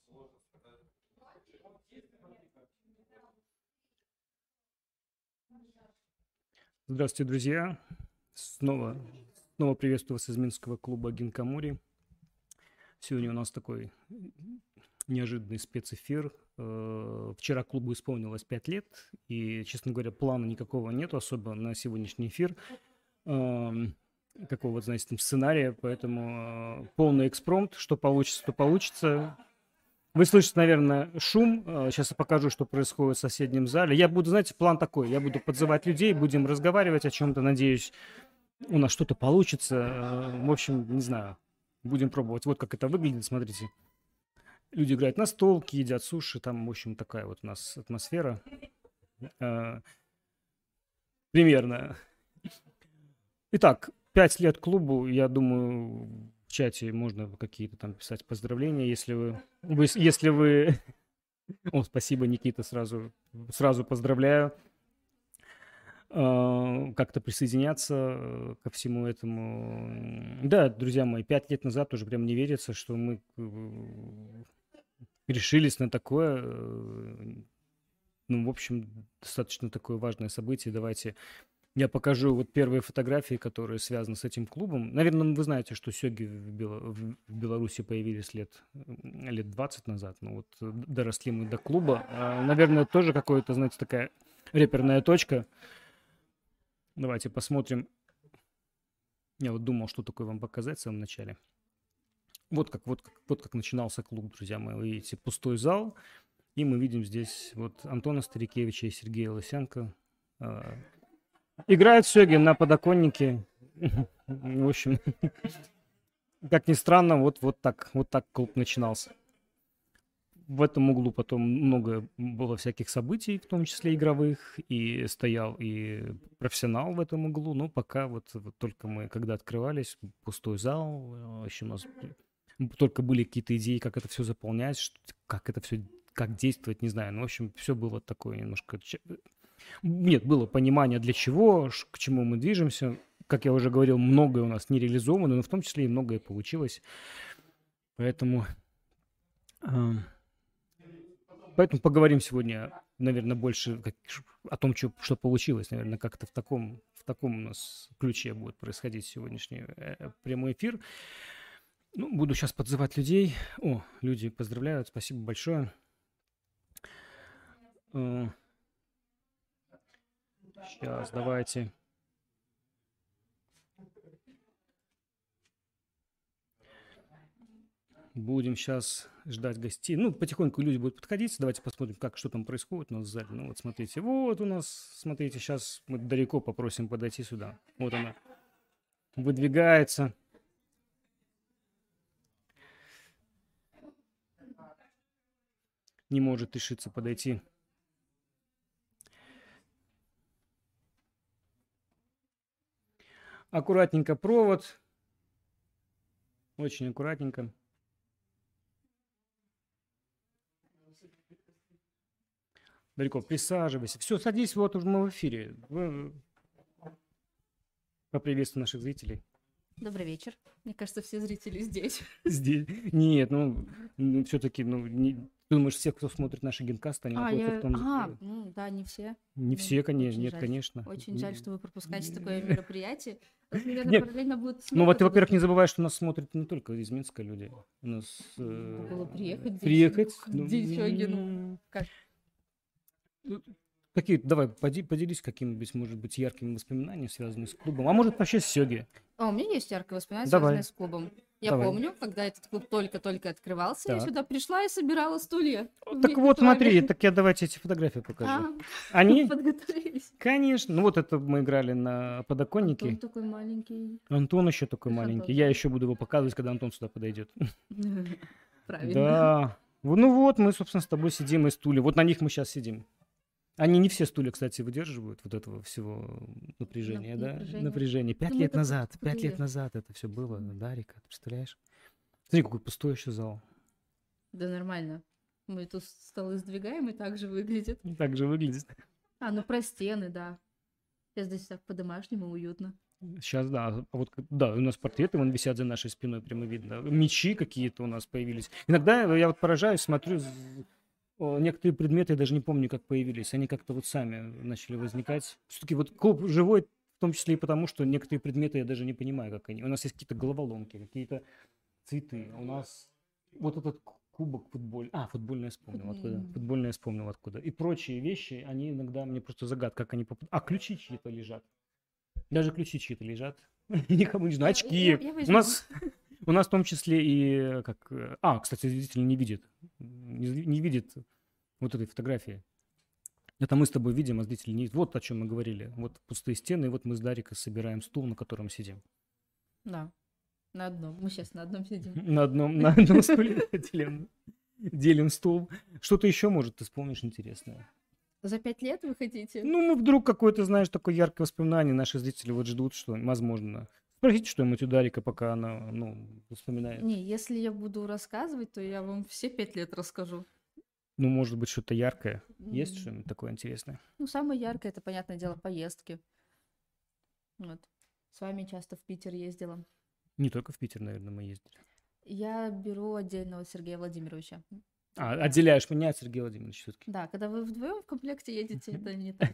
Здравствуйте, друзья. Снова приветствую вас из Минского клуба Гинкамури. Сегодня у нас такой неожиданный спецэфир. Вчера клубу исполнилось 5 лет, и, честно говоря, плана никакого нету особо на сегодняшний эфир. Какого-то, знаете, там сценария, поэтому полный экспромт, что получится, то получится. Вы слышите, наверное, шум. Сейчас я покажу, что происходит в соседнем зале. Я буду, знаете, план такой. Я буду подзывать людей, будем разговаривать о чем-то. Надеюсь, у нас что-то получится. В общем, не знаю. Будем пробовать. Вот как это выглядит, смотрите. Люди играют на столке, едят суши. Там, в общем, такая вот у нас атмосфера. Примерно. Итак, 5 лет клубу. Я думаю, в чате можно какие-то там писать поздравления, если вы... О, спасибо, Никита, сразу поздравляю. Как-то присоединяться ко всему этому. Да, друзья мои, 5 лет назад уже прям не верится, что мы решились на такое. Ну, в общем, достаточно такое важное событие. Давайте я покажу вот первые фотографии, которые связаны с этим клубом. Наверное, вы знаете, что сёги в Беларуси появились лет 20 назад. Ну вот доросли мы до клуба. Наверное, тоже какая-то, знаете, такая реперная точка. Давайте посмотрим. Я вот думал, что такое вам показать в самом начале. Вот как начинался клуб, друзья мои. Вы видите, пустой зал. И мы видим здесь вот Антона Старикевича и Сергея Лысенко. Играют сёги на подоконнике. В общем, как ни странно, вот так клуб начинался. В этом углу потом много было всяких событий, в том числе игровых, и стоял и профессионал в этом углу. Но пока вот только мы, когда открывались, пустой зал, еще у нас только были какие-то идеи, как это все заполнять, как это все, как действовать, не знаю. Ну, в общем, все было такое немножко... Нет, было понимание, для чего, к чему мы движемся. Как я уже говорил, многое у нас не реализовано, но в том числе и многое получилось. Поэтому поговорим сегодня, наверное, больше о том, что получилось. Наверное, как-то в таком у нас ключе будет происходить сегодняшний прямой эфир. Ну, буду сейчас подзывать людей. О, люди поздравляют, спасибо большое. Сейчас, давайте. Будем сейчас ждать гостей. Ну, потихоньку люди будут подходить. Давайте посмотрим, что там происходит у нас в зале. Ну, вот смотрите. Вот у нас, смотрите, сейчас мы далеко попросим подойти сюда. Вот она выдвигается. Не может решиться подойти. Аккуратненько провод. Очень аккуратненько. Далеко, присаживайся. Все, садись, вот уже мы в эфире. Поприветствуем наших зрителей. Добрый вечер. Мне кажется, все зрители здесь. Здесь? Нет, все-таки, думаешь, все, кто смотрит наши генкасты, они находятся в том же... Ну да, не все. Не все, конечно, нет, жаль. конечно. Очень жаль, что вы пропускаете такое мероприятие. Наверное, параллельно будет... Ну вот ты, во-первых, не забывай, что нас смотрят не только из Минска люди. У нас... Было приехать. Как? Давай, поделись какими-нибудь, может быть, яркими воспоминаниями, связанными с клубом. А может, вообще с сёги. У меня есть яркие воспоминания, Давай. связанные с клубом. Я помню, когда этот клуб только-только открывался, я сюда пришла и собирала стулья. Так вот, смотри, давайте эти фотографии покажу. Они? Подготовились. Конечно. Ну вот это мы играли на подоконнике. Антон такой маленький. Антон еще такой маленький. Я еще буду его показывать, когда Антон сюда подойдет. Правильно. Да. Ну вот, мы, собственно, с тобой сидим и стулья. Вот на них мы сейчас сидим. Они не все стулья, кстати, выдерживают вот этого всего напряжения, да? Напряжение. 5 лет назад это все было, да, Рика, ты представляешь? Смотри, какой пустой еще зал. Да нормально. Мы тут столы сдвигаем, и так же выглядит. Так же выглядит. Ну про стены, да. Сейчас здесь так по-домашнему уютно. Сейчас, да. А вот, да, у нас портреты вон висят за нашей спиной, прямо видно. Мечи какие-то у нас появились. Иногда я вот поражаюсь, смотрю, некоторые предметы, я даже не помню, как появились. Они как-то вот сами начали возникать. Все-таки вот клуб живой, в том числе и потому, что некоторые предметы я даже не понимаю, как они. У нас есть какие-то головоломки, какие-то цветы. У нас вот этот кубок футбольный я вспомнил откуда. Футбольный я вспомнил откуда. И прочие вещи, они иногда мне просто загадка, как они попадают. А, ключи чьи-то лежат. Даже ключи чьи-то лежат. Никому не знаю. Очки. У нас в том числе и как... кстати, зритель не видит. Не видит вот этой фотографии. Это мы с тобой видим, а зритель не видит. Вот о чем мы говорили. Вот пустые стены, и вот мы с Дарикой собираем стул, на котором сидим. Да, на одном. Мы сейчас на одном сидим. На одном стуле делим стул. Что-то еще, может, ты вспомнишь интересное? За 5 лет вы хотите? Ну, мы вдруг какое-то, знаешь, такое яркое воспоминание. Наши зрители вот ждут, что, возможно... Спросите что-нибудь у Дарика, пока она, вспоминает. Не, если я буду рассказывать, то я вам все 5 лет расскажу. Ну, может быть, что-то яркое. Есть что-нибудь такое интересное? Ну, самое яркое, это, понятное дело, поездки. Вот. С вами часто в Питер ездила. Не только в Питер, наверное, мы ездили. Я беру отдельного Сергея Владимировича. Отделяешь меня от Сергея Владимировича все-таки. Да, когда вы вдвоем в комплекте едете, это не так.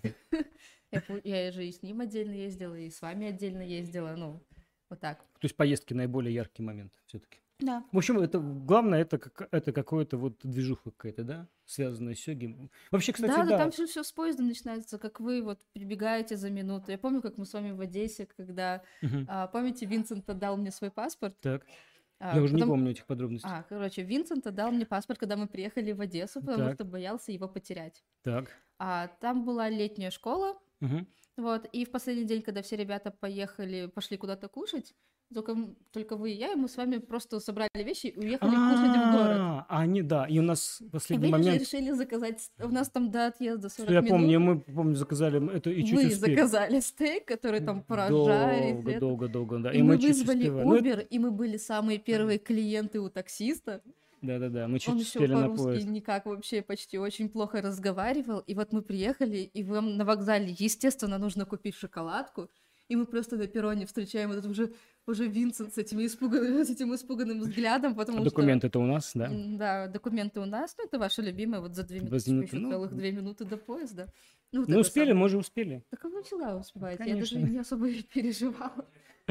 Я же и с ним отдельно ездила, и с вами отдельно ездила, вот так. То есть поездки наиболее яркий момент все-таки. Да. В общем, главное, это какое-то вот движуха какая-то, да, связанная с сёги. Вообще, кстати, да. Там все с поезда начинается, как вы вот прибегаете за минуту. Я помню, как мы с вами в Одессе, когда, помните, Винсент отдал мне свой паспорт. Так. Я уже не помню этих подробностей. Винсент отдал мне паспорт, когда мы приехали в Одессу, потому что боялся его потерять. Так. Там была летняя школа, вот, и в последний день, когда все ребята пошли куда-то кушать, только вы и я, и мы с вами просто собрали вещи и уехали кушать в город. И у нас в последний момент... Вы решили заказать, у нас там до отъезда 40 минут. Я помню, мы заказали это и чуть успели. Вы заказали стейк, который там прожарили. Долго, да. И мы вызвали Uber, и мы были самые первые клиенты у таксиста. Да, мы чуть Он успели еще на по-русски поезд. никак вообще почти очень плохо разговаривал. И вот мы приехали, и вам на вокзале, естественно, нужно купить шоколадку. И мы просто на перроне встречаем этот уже Винсент с этим испуганным взглядом, потому что... Документы-то у нас, да? Да, документы у нас, это ваши любимые, вот за 2 минуты, еще целых 2 минуты до поезда. Успели, мы же успели. Так вы всегда успеваете, Конечно. Я даже не особо переживала.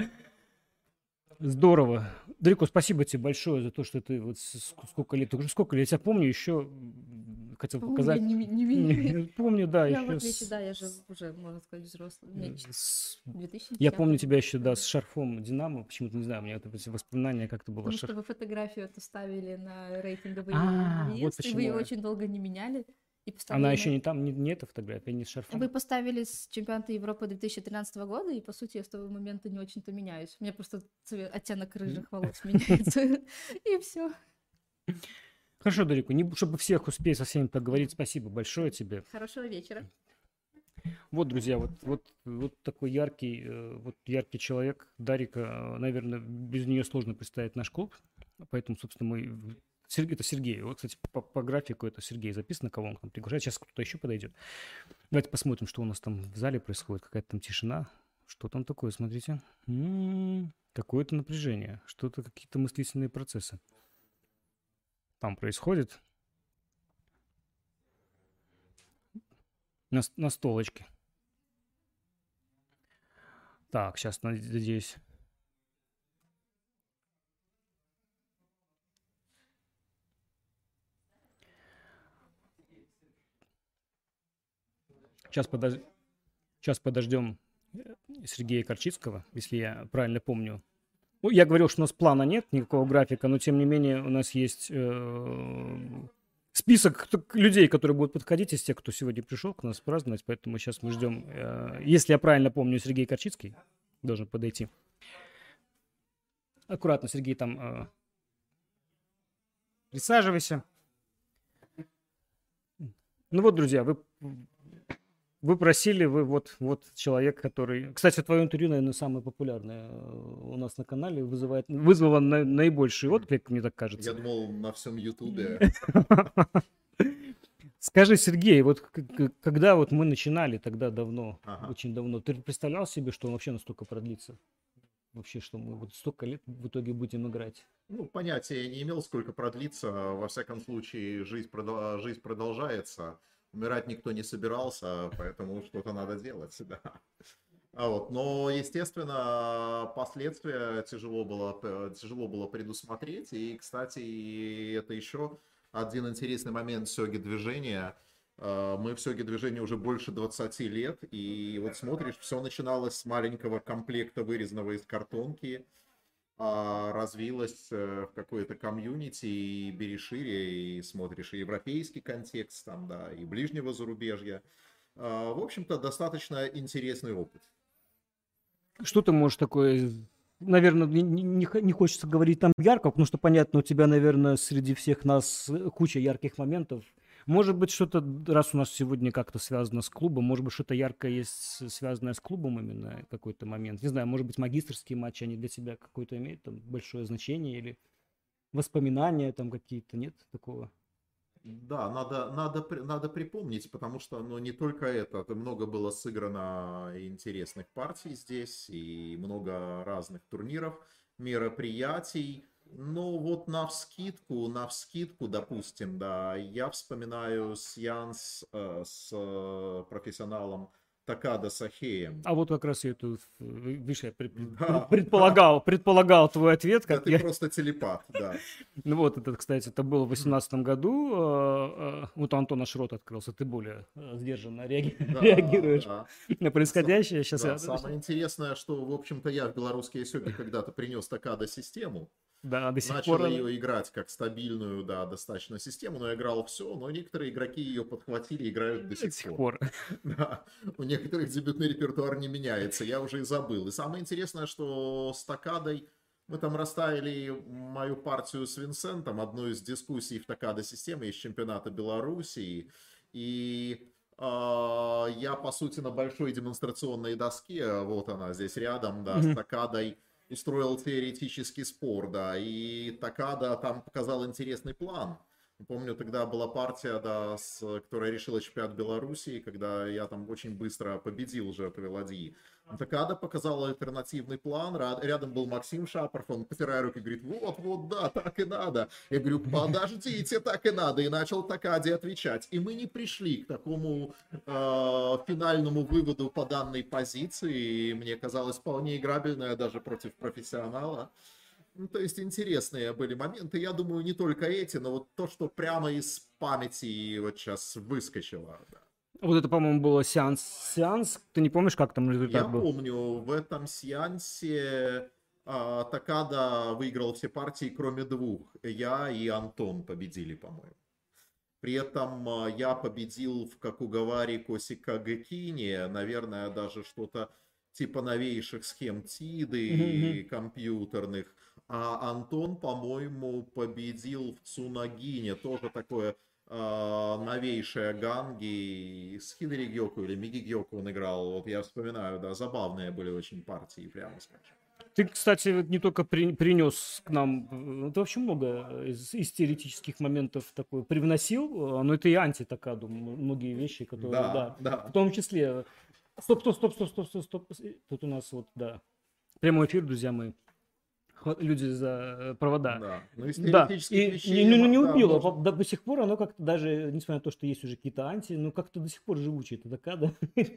Здорово. Дарико, спасибо тебе большое за то, что ты вот сколько лет, я тебя помню, еще хотел показать. Я не меняю. Помню, да, я еще. В отличие, да, я же уже, можно сказать, взрослый. 2010. Я помню тебя еще, да, с шарфом Динамо. Почему-то не знаю, у меня вот эти воспоминания, как ты была. Потому что вы фотографию эту ставили на рейтинговый вот вес, почему. И вы ее очень долго не меняли. Она еще не там, не эта фотография, не с шарфом. Вы поставили с чемпионата Европы 2013 года, и, по сути, я с того момента не очень-то меняюсь. У меня просто оттенок рыжих волос меняется, и все. Хорошо, Дарико, чтобы всех успеть со всеми поговорить, спасибо большое тебе. Хорошего вечера. Вот, друзья, вот такой яркий человек, Дарика, наверное, без нее сложно представить наш клуб, поэтому, собственно, это Сергей. Вот, кстати, по графику это Сергей записано, кого он к нам приглашает. Сейчас кто-то еще подойдет. Давайте посмотрим, что у нас там в зале происходит. Какая-то там тишина. Что там такое, смотрите. Какое-то напряжение. Какие-то мыслительные процессы там происходит. На столочке. Так, сейчас, надеюсь... Сейчас подождем Сергея Корчицкого, если я правильно помню. Я говорил, что у нас плана нет, никакого графика, но тем не менее у нас есть список людей, которые будут подходить, из тех, кто сегодня пришел к нас праздновать, поэтому сейчас мы ждем. Если я правильно помню, Сергей Корчицкий должен подойти. Аккуратно, Сергей, там присаживайся. Ну вот, друзья, вы просили, вот человек, который... Кстати, твое интервью, наверное, самое популярное у нас на канале, вызвало наибольший отклик, мне так кажется. Я думал, на всем Ютубе. Скажи, Сергей, вот когда вот мы начинали тогда давно, Ага. очень давно, ты представлял себе, что он вообще настолько продлится? Вообще, что мы вот столько лет в итоге будем играть? Ну, понятия не имел, сколько продлится. Во всяком случае, жизнь продолжается. Умирать никто не собирался, поэтому что-то надо делать, да. Но, естественно, последствия тяжело было предусмотреть. И, кстати, это еще один интересный момент Сёги движения. Мы в Сёге движении уже больше 20 лет. И вот смотришь, все начиналось с маленького комплекта, вырезанного из картонки, развилось в какое-то комьюнити, и бери шире, и смотришь и европейский контекст, там, да, и ближнего зарубежья. В общем-то, достаточно интересный опыт. Что ты можешь такое, наверное, не хочется говорить там ярко, потому что, понятно, у тебя, наверное, среди всех нас куча ярких моментов. Может быть, что-то, раз у нас сегодня как-то связано с клубом, может быть, что-то яркое есть, связанное с клубом именно какой-то момент. Не знаю, может быть, магистерские матчи, они для тебя какое-то имеют там большое значение или воспоминания там какие-то, нет такого? Да, надо припомнить, потому что, ну, не только это, много было сыграно интересных партий здесь, и много разных турниров, мероприятий. Ну, вот навскидку, допустим, да, я вспоминаю сеанс с профессионалом Такада Сахеем. А вот как раз я тут, видишь, я Да. предполагал твой ответ. Да, Как ты я... просто телепат, да. Ну вот, это, кстати, это было в 2018 году. Вот у Антона Шрот открылся. Ты более сдержанно реагируешь Да. на происходящее. Сейчас Да, самое интересное, что, в общем-то, я в белорусские сёги когда-то принес Такада систему. Да, до сих Начал пор. ее играть как стабильную, да, достаточно систему, но играл все, но некоторые игроки ее подхватили и играют до сих пор. Да, у некоторых дебютный репертуар не меняется, я уже и забыл. И самое интересное, что с Такадой мы там расставили мою партию с Винсентом, одну из дискуссий в Такада системе из чемпионата Белоруссии. И я, по сути, на большой демонстрационной доске, вот она здесь рядом, да, с Такадой, устроил теоретический спор, да, и Такада там показал интересный план. Помню, тогда была партия, да, которая решила чемпионат Белоруссии, когда я там очень быстро победил жертвы ладьи. Такада показал альтернативный план, рядом был Максим Шапоров, он, потирая руки, говорит, вот, да, так и надо. Я говорю, подождите, так и надо, и начал Такаде отвечать. И мы не пришли к такому финальному выводу по данной позиции, и мне казалось вполне играбельная даже против профессионала. Ну, то есть интересные были моменты. Я думаю, не только эти, но вот то, что прямо из памяти вот сейчас выскочило. Да. Вот это, по-моему, было сеанс. Ты не помнишь, как там результат был? Я помню, в этом сеансе Такада выиграл все партии, кроме двух. Я и Антон победили, по-моему. При этом я победил в Какугаваре Косика Гекине, наверное, даже что-то типа новейших схем Тиды компьютерных. А Антон, по-моему, победил в Цунагине, тоже такое новейшее Ганги, с Хидори Гёку или Миги Гёку он играл. Вот я вспоминаю, да, забавные были очень партии, прямо скажем. Ты, кстати, не только принес к нам, ты вообще много из теоретических моментов такое привносил, но это и антитакаду, многие вещи, которые, да, в том числе. Стоп. Тут у нас вот, да, прямой эфир, друзья мои. Люди за провода. Да, ну из да. теоретических И вещей... не убило, до сих пор оно как-то даже, несмотря на то, что есть уже какие-то анти, но как-то до сих пор живучее это такада.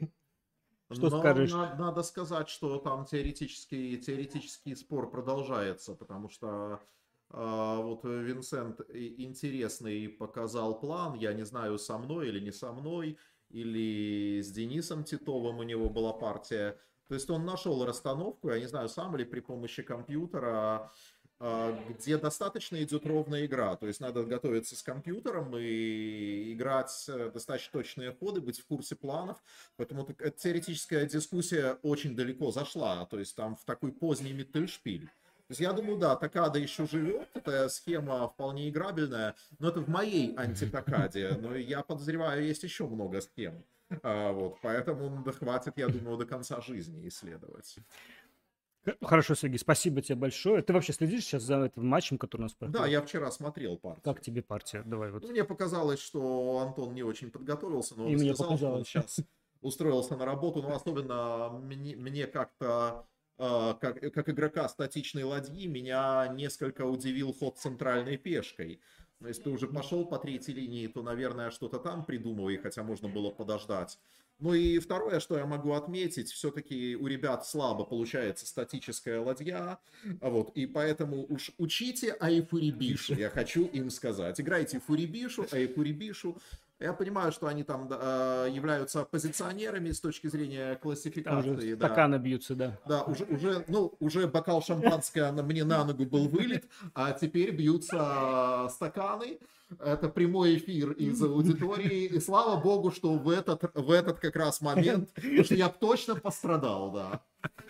Что скажешь? Надо сказать, что там теоретический спор продолжается, потому что вот Винсент интересный показал план, я не знаю, со мной или не со мной, или с Денисом Титовым у него была партия. То есть он нашел расстановку, я не знаю, сам или при помощи компьютера, где достаточно идет ровная игра. То есть надо готовиться с компьютером и играть достаточно точные ходы, быть в курсе планов. Поэтому теоретическая дискуссия очень далеко зашла. То есть там в такой поздний миттельшпиль. То есть я думаю, да, Такада еще живет, эта схема вполне играбельная, но это в моей антитакаде. Но я подозреваю, есть еще много схем. Вот, поэтому хватит, я думаю, до конца жизни исследовать. Хорошо, Сергей, спасибо тебе большое. Ты вообще следишь сейчас за этим матчем, который у нас проходит? Да, я вчера смотрел партию. Как тебе партия? Давай вот. Мне показалось, что Антон не очень подготовился, но И он мне сказал, что он показалось. сейчас устроился на работу, но особенно мне как-то, как игрока статичной ладьи, меня несколько удивил ход центральной пешкой. Но если ты уже пошел по третьей линии, то, наверное, что-то там придумывай, хотя можно было подождать. Ну и второе, что я могу отметить, все-таки у ребят слабо получается статическая ладья, вот, и поэтому уж учите Айфурибишу, я хочу им сказать. Играйте Фурибишу, Айфурибишу. Я понимаю, что они там являются оппозиционерами с точки зрения классификации. Там же да. стаканы бьются, да. Да, уже бокал шампанского мне на ногу был вылит, а теперь бьются стаканы. Это прямой эфир из аудитории. И слава богу, что в этот как раз момент, потому что я точно пострадал, да.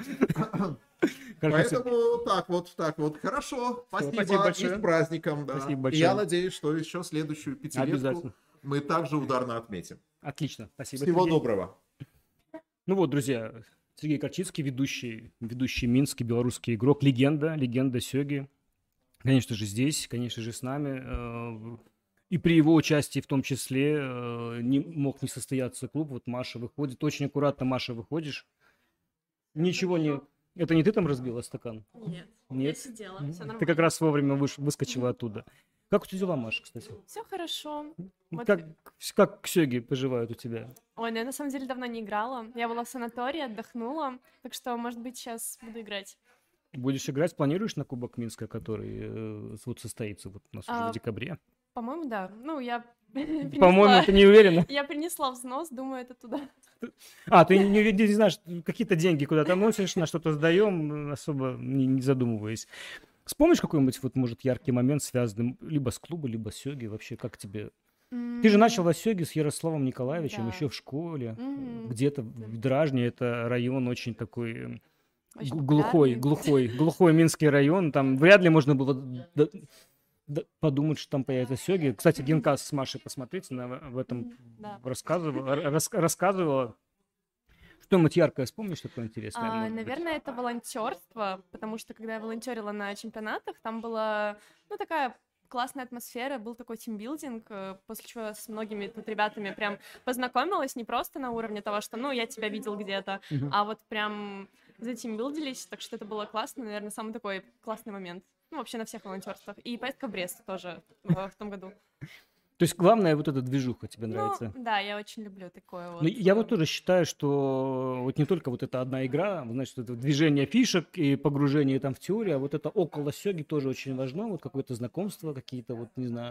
Поэтому так вот. Хорошо. Спасибо большое. И с праздником. Да. Спасибо большое. Я надеюсь, что еще следующую пятилетку мы также ударно отметим. Отлично. Спасибо. Всего Сергей. доброго. Ну вот, друзья, Сергей Корчицкий, ведущий минский белорусский игрок, легенда Сёги. Конечно же, здесь, конечно же, с нами. И при его участии в том числе не мог не состояться клуб. Вот Маша выходит. Очень аккуратно, Маша, выходишь. Ничего не... Это не ты там разбила стакан? Нет. Нет? Я сидела, все нормально. Ты как раз вовремя выскочила оттуда. Как у тебя дела, Маша, кстати? Все хорошо. Вот... Как Сёги поживают у тебя? Ой, ну я на самом деле давно не играла. Я была в санатории, отдохнула. Так что, может быть, сейчас буду играть. Будешь играть? Планируешь на Кубок Минска, который вот состоится вот у нас уже в декабре? По-моему, да. Ну, я По-моему, ты не уверена? Я принесла взнос, думаю, это туда. Ты не знаешь, какие-то деньги куда-то носишь, на что-то сдаем, особо не задумываясь. Вспомнишь какой-нибудь, вот, может, яркий момент, связанный либо с клубом, либо с Сёги? Вообще, как тебе? Ты же начала с Сёги с Ярославом Николаевичем еще в школе. Где-то в Дражне. Это район очень такой глухой Минский район. Там вряд ли можно было подумать, что там появится Сёги. Кстати, Генкас с Машей, посмотрите, в этом рассказывала. Что-нибудь яркое вспомнишь, такое интересное? Наверное, это волонтерство, потому что когда я волонтерила на чемпионатах, там была, такая классная атмосфера, был такой тимбилдинг, после чего я с многими тут ребятами прям познакомилась, не просто на уровне того, что, я тебя видел где-то, а вот прям затимбилдились, так что это было классно, наверное, самый такой классный момент. Вообще на всех волонтерствах. И поездка в Брест тоже в том году. То есть главное вот эта движуха тебе нравится? Да, я очень люблю такое вот. Я вот тоже считаю, что вот не только вот эта одна игра, значит, это движение фишек и погружение там в теорию, а вот это около Сёги тоже очень важно, вот какое-то знакомство, какие-то вот, не знаю,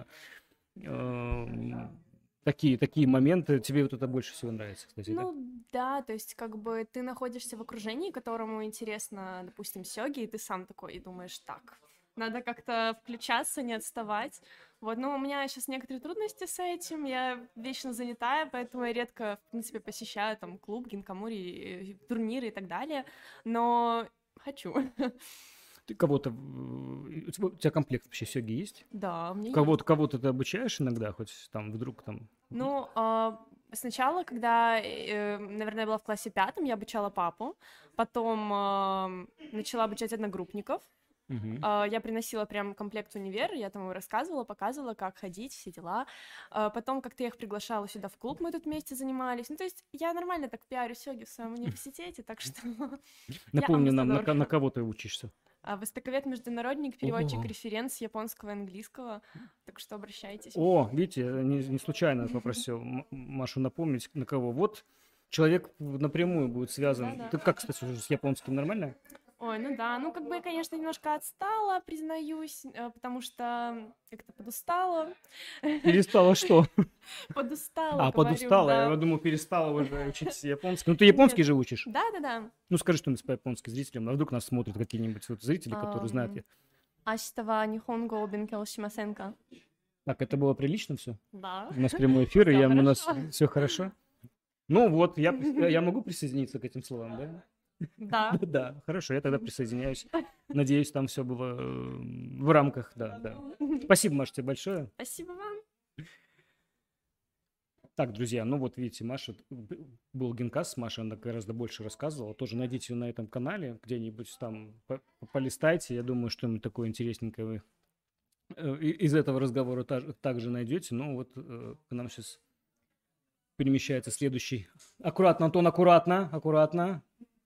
такие моменты. Тебе вот это больше всего нравится, кстати, да? Да, то есть как бы ты находишься в окружении, которому интересно, допустим, Сёги, и ты сам такой и думаешь, так, надо как-то включаться, не отставать. Вот, у меня сейчас некоторые трудности с этим, я вечно занятая, поэтому я редко, в принципе, посещаю там клуб, гинкамури, турниры и так далее, но хочу. Ты кого-то... У тебя комплект вообще Сёги есть? Да, у меня есть. Кого-то ты обучаешь иногда, хоть там вдруг там... Сначала, когда, наверное, я была в классе 5, я обучала папу, потом начала обучать одногруппников. Я приносила прям комплект в универ, я там рассказывала, показывала, как ходить, все дела. Потом как-то я их приглашала сюда в клуб, мы тут вместе занимались. То есть я нормально так пиарю Сёги в своем университете, так что... Напомни нам, на кого ты учишься. Востоковед, международник, переводчик, референт с японского и английского, так что обращайтесь. Видите, не случайно попросил Машу напомнить, на кого. Вот человек напрямую будет связан. Да. Ты как, кстати, уже с японским нормально? Ой, как бы я, конечно, немножко отстала, признаюсь, потому что как-то подустала. Перестала что? Подустала, подустала. Да. Я думал, перестала уже учить японский. Ты японский же учишь? Да. Скажи что-нибудь по-японски зрителям, а вдруг нас смотрят какие-нибудь зрители, которые знают. Аситава нихонго о бенкё шимасен ка? Так, это было прилично все? Да. У нас прямой эфир, и у нас все хорошо. Я могу присоединиться к этим словам, да? Да. Да, хорошо, я тогда присоединяюсь. Надеюсь, там все было в рамках, да. Спасибо, Маша, тебе большое. Спасибо вам. Так, друзья, ну вот видите, Маша, был генкаст с Машей, она гораздо больше рассказывала. Тоже найдите ее на этом канале, где-нибудь там полистайте. Я думаю, что-нибудь такое интересненькое вы из этого разговора также найдете. Ну вот к нам сейчас перемещается следующий. Аккуратно, Антон, аккуратно.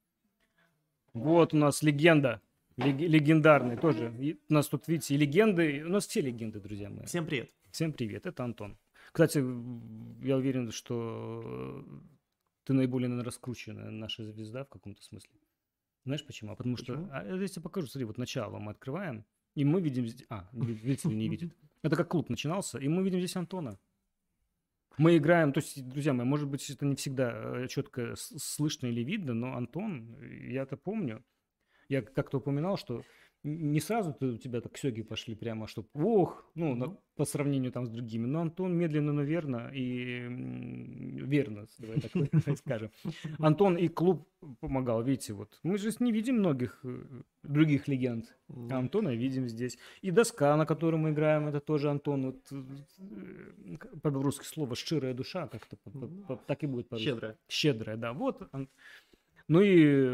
Вот у нас легенда. Легендарный тоже. У нас тут, видите, и легенды. У нас все легенды, друзья мои. Всем привет. Всем привет, это Антон. Кстати, я уверен, что ты наиболее, наверное, раскрученная наша звезда в каком-то смысле. Знаешь почему? Потому что, я тебе покажу, смотри, вот начало мы открываем, и мы видим здесь... зрители не видят. Это как клуб начинался, и мы видим здесь Антона. Мы играем, то есть, друзья мои, может быть, это не всегда четко слышно или видно, но Антон, я это помню, я как-то упоминал, что не сразу у тебя так сёги пошли прямо, что по сравнению там с другими. Но Антон медленно, но верно и верно, давай так скажем. Антон и клуб помогал, видите, вот. Мы же не видим многих других легенд, а Антона видим здесь. И доска, на которой мы играем, это тоже Антон. Вот, по-русски слово «щирая душа», как-то так и будет по-русски. Щедрая, да. Вот. Ну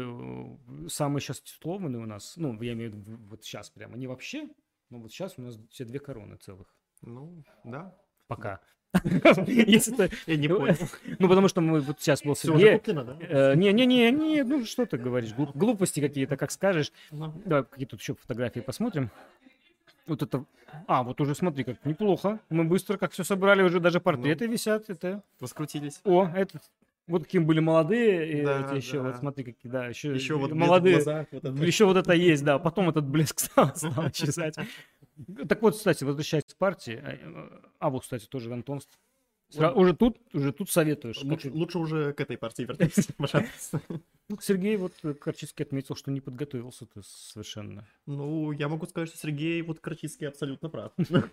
и самый сейчас титулованный у нас, ну, я имею в виду вот сейчас прямо, не вообще, но вот сейчас у нас все 2 короны целых. Ну, да. Пока. Я не понял. Ну, потому что мы вот сейчас был Сергей. Не, ну что ты говоришь, глупости какие-то, как скажешь. Давай какие тут еще фотографии посмотрим. Вот это, вот уже смотри, как неплохо. Мы быстро как все собрали, уже даже портреты висят. Это. Раскрутились. Этот. Вот какие были молодые, да, еще, вот смотри, какие, да, еще вот молодые, глазах, вот еще вот это есть, да, потом этот блеск стал исчезать. Так вот, кстати, возвращаясь к партии, вот, кстати, тоже Антон, уже тут советуешь. Лучше уже к этой партии вернуться, пожалуйста. Сергей вот Корчицкий отметил, что не подготовился ты совершенно. Ну, я могу сказать, что Сергей вот Корчицкий абсолютно прав.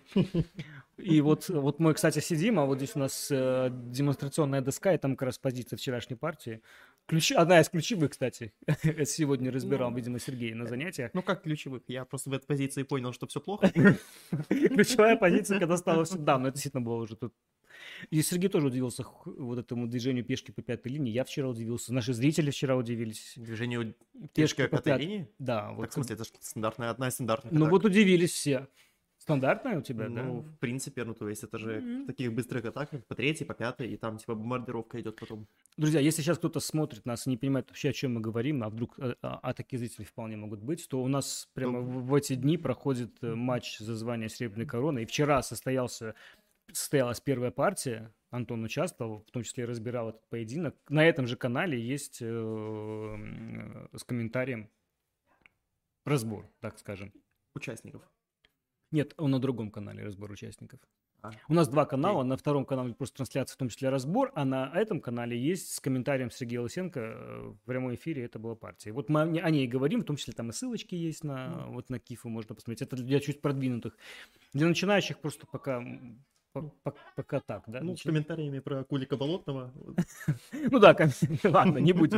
И вот мы, кстати, сидим, а вот здесь у нас демонстрационная доска, и там как раз позиция вчерашней партии. Одна из ключевых, кстати, сегодня разбирал, видимо, Сергей на занятиях. Ну, как ключевых? Я просто в этой позиции понял, что все плохо. Ключевая позиция, когда стало все... Да, но это действительно было уже тут. И Сергей тоже удивился вот этому движению пешки по 5-й линии. Я вчера удивился. Наши зрители вчера удивились. Движению пешки по 5-й линии? Да. Так, в смысле, это же стандартная, одна из стандартных. Ну, вот удивились все. Стандартная у тебя, да? Ну, в принципе, то есть это же в таких быстрых атаках по 3-й, по 5-й, и там, типа, бомбардировка идет потом. Друзья, если сейчас кто-то смотрит нас и не понимает вообще, о чем мы говорим, а вдруг такие зрители вполне могут быть, то у нас прямо в эти дни проходит матч за звание Серебряной короны. И вчера состоялась первая партия, Антон участвовал, в том числе и разбирал этот поединок. На этом же канале есть с комментарием разбор, так скажем. Участников? Нет, он на другом канале разбор участников. У нас 2 канала, на втором канале просто трансляция, в том числе разбор, а на этом канале есть с комментарием Сергея Лысенко в прямом эфире, это была партия. Вот мы о ней говорим, в том числе там и ссылочки есть на Кифу, можно посмотреть. Это для чуть продвинутых. Для начинающих просто пока так, да? Ну, с комментариями про Кулика Болотного. Ну да, ладно, не будем.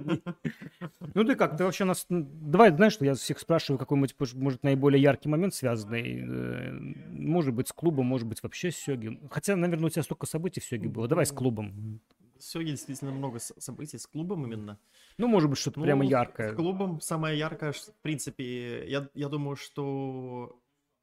Ну ты как, ты вообще нас... Давай, знаешь, что я всех спрашиваю, какой-нибудь, может, наиболее яркий момент связанный, может быть, с клубом, может быть, вообще с сёги. Хотя, наверное, у тебя столько событий в сёге было. Давай с клубом. В сёге действительно много событий, с клубом именно. Ну, может быть, что-то прямо яркое. С клубом самое яркое, в принципе, я думаю, что...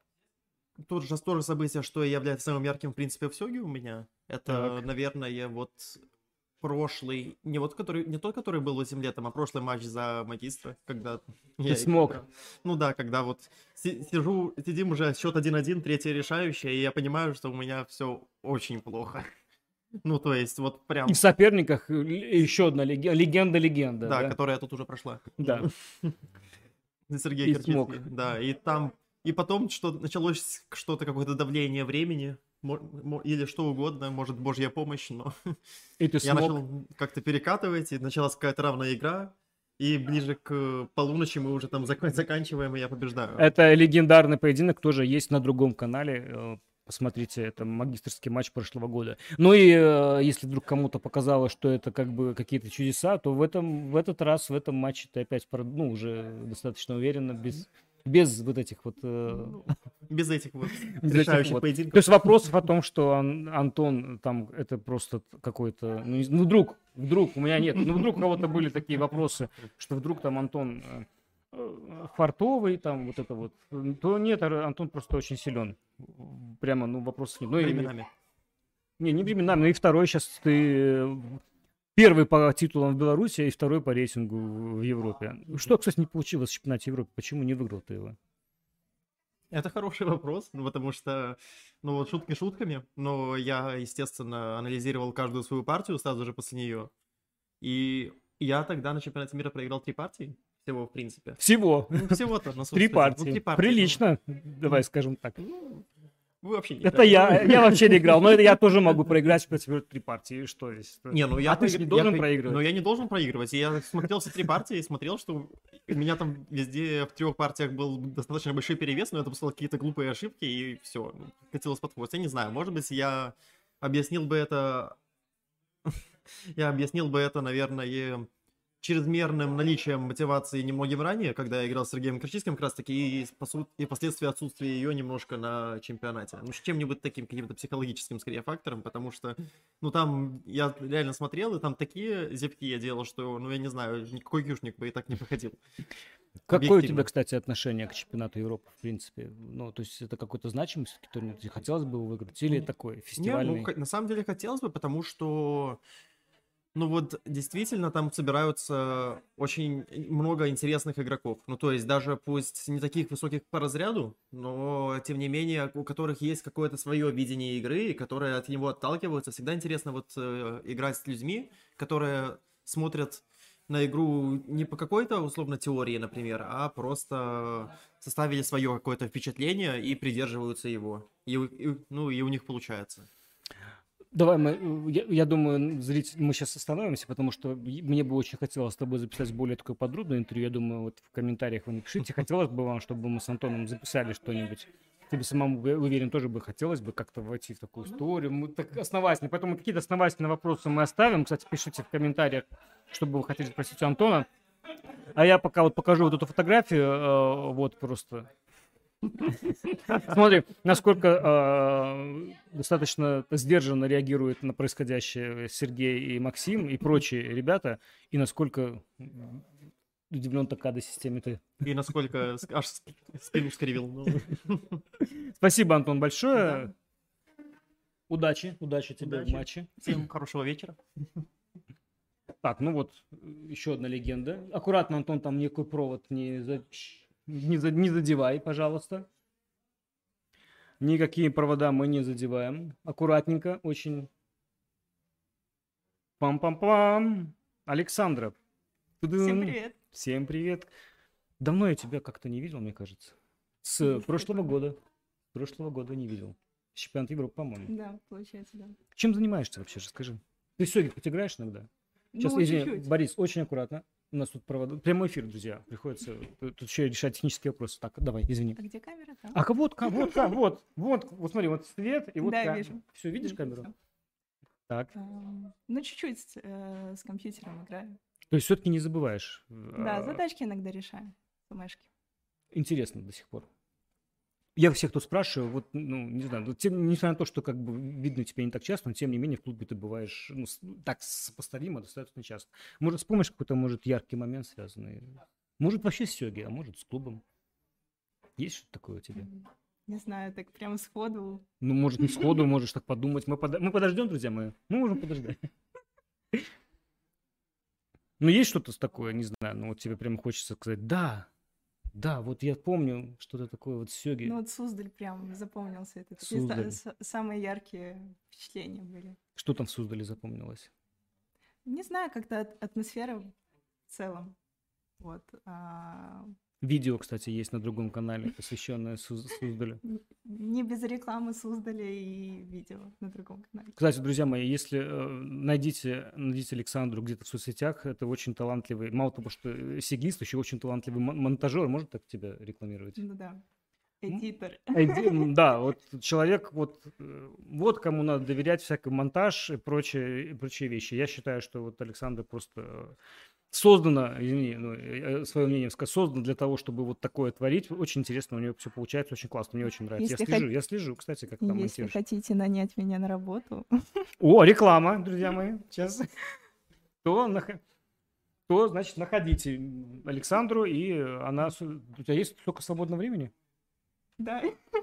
То же событие, что является самым ярким, в принципе, в сёге у меня. Это, наверное, вот прошлый, не тот, который был этим летом, а прошлый матч за магистра, когда... Ты смог. Ну да, когда вот сидим уже, счет 1-1, третья решающая, и я понимаю, что у меня все очень плохо. Ну, то есть, вот прям... И в соперниках еще одна легенда. Да, которая тут уже прошла. Да. Сергей Корчицкий. Да, и там... И потом началось какое-то давление времени, или что угодно, может, божья помощь, но я начал как-то перекатывать, и началась какая-то равная игра, и ближе к полуночи мы уже там заканчиваем, и я побеждаю. Это легендарный поединок, тоже есть на другом канале. Посмотрите, это магистерский матч прошлого года. Ну и если вдруг кому-то показалось, что это как бы какие-то чудеса, то в этом матче ты опять, уже достаточно уверенно, без вот этих вот... Без этих вот решающих поединков. То есть вопросов о том, что Антон там, это просто какой-то... Ну, вдруг, у меня нет. Ну, вдруг у кого-то были такие вопросы, что вдруг там Антон фартовый, там вот это вот. То нет, Антон просто очень силен. Прямо, ну, вопросов нет. Ну, временами. Не временами, но и второй сейчас ты... Первый по титулам в Беларуси и второй по рейтингу в Европе. Что, кстати, не получилось в чемпионате Европы? Почему не выиграл ты его? Это хороший вопрос, потому что, ну вот шутки шутками, но я, естественно, анализировал каждую свою партию сразу же после нее. И я тогда на чемпионате мира проиграл 3 партии. Всего, в принципе. Всего? Ну, всего-то. 3 партии. 3 партии. Прилично, давай скажем так. Вы вообще не это я вообще не играл, но это я тоже могу проиграть против 3 партии. Что здесь? Не, ну ты же не должен проигрывать. Но я не должен проигрывать. Я смотрел все 3 партии и смотрел, что у меня там везде в 3 партиях был достаточно большой перевес, но я допускал какие-то глупые ошибки, и все, катилось под хвост. Я не знаю, может быть, я объяснил бы это, наверное, чрезмерным наличием мотивации немногим ранее, когда я играл с Сергеем Корчинским, как раз таки, и впоследствии отсутствие ее немножко на чемпионате. Ну, с чем-нибудь таким, каким-то психологическим, скорее, фактором, потому что, ну, там я реально смотрел, и там такие зевки я делал, что, ну, я не знаю, никакой южник бы и так не проходил. Какое у тебя, кстати, отношение к чемпионату Европы, в принципе? Ну, то есть это какой-то значимый турнир, тебе хотелось бы его выиграть, или такой фестивальный? Не, ну, на самом деле хотелось бы, потому что... Ну вот, действительно, там собираются очень много интересных игроков. Ну, то есть, даже пусть не таких высоких по разряду, но, тем не менее, у которых есть какое-то свое видение игры, которые от него отталкиваются. Всегда интересно вот играть с людьми, которые смотрят на игру не по какой-то, условно, теории, например, а просто составили свое какое-то впечатление и придерживаются его. И у них получается. Давай, я думаю, мы сейчас остановимся, потому что мне бы очень хотелось с тобой записать более такое подробное интервью. Я думаю, вот в комментариях вы напишите, хотелось бы вам, чтобы мы с Антоном записали что-нибудь. Тебе самому, уверен, тоже бы хотелось бы как-то войти в такую историю. Мы так основательно, поэтому какие-то основательные вопросы мы оставим. Кстати, пишите в комментариях, что бы вы хотели спросить у Антона. А я пока вот покажу вот эту фотографию, вот просто... Смотри, насколько достаточно сдержанно реагируют на происходящее Сергей и Максим и прочие ребята, и насколько удивлен такая системе-то. И насколько аж спину скривил. Спасибо, Антон, большое. Да. Удачи тебе в матче. Всем хорошего вечера. Так, ну вот, еще одна легенда. Аккуратно, Антон, там никакой провод не задевай, пожалуйста. Никакие провода мы не задеваем. Аккуратненько, очень. Пам-пам-пам. Александра. Всем привет. Всем привет. Давно я тебя как-то не видел, мне кажется. С прошлого года. Прошлого года не видел. Чемпионат Европы, по-моему. Да, получается, да. Чем занимаешься вообще, расскажи. Ты сёги хоть играешь иногда? Сейчас, извини, чуть-чуть. Борис, очень аккуратно. У нас тут провода. Прямой эфир, друзья. Приходится тут еще решать технические вопросы. Так, давай, извини. А где камера? Там? А вот смотри, вот свет и вот да, камера. Вижу. Все, видишь камеру? Все. Так. Ну, чуть-чуть с компьютером играю. То есть все-таки не забываешь? Да, задачки иногда решаю. Флешки. Интересно до сих пор. Я всех тут спрашиваю, вот, ну, не знаю, несмотря на то, что как бы видно тебя не так часто, но тем не менее в клубе ты бываешь, ну, так сопоставимо достаточно часто. Может, вспомнишь какой-то, может, яркий момент связанный? Может, вообще с сёги, а может, с клубом? Есть что-то такое у тебя? Не знаю, так прям сходу. Ну, может, не сходу, можешь так подумать. Мы подождем, друзья мои? Мы можем подождать. Ну, есть что-то такое, не знаю, ну, вот тебе прям хочется сказать, да, вот я помню что-то такое вот сёги. Ну вот Суздаль прям запомнился. Это такие самые яркие впечатления были. Что там в Суздале запомнилось? Не знаю, как-то атмосфера в целом. Вот. Видео, кстати, есть на другом канале, посвященное Суздалю. Не без рекламы Суздаля и видео на другом канале. Кстати, друзья мои, если найдите Александру где-то в соцсетях, это очень талантливый, мало того, что сиглист, еще очень талантливый монтажер, может так тебя рекламировать? Ну да, эдитор. Да, вот человек, вот кому надо доверять всякий монтаж и прочие вещи. Я считаю, что вот Александр просто создано, извини, свое мнение сказать, создано для того, чтобы вот такое творить. Очень интересно, у нее все получается, очень классно, мне очень нравится. Я слежу, кстати, как там монтируешь. Если хотите нанять меня на работу. О, реклама, друзья мои, сейчас. То, значит, находите Александру, и она... У тебя есть столько свободного времени? Да.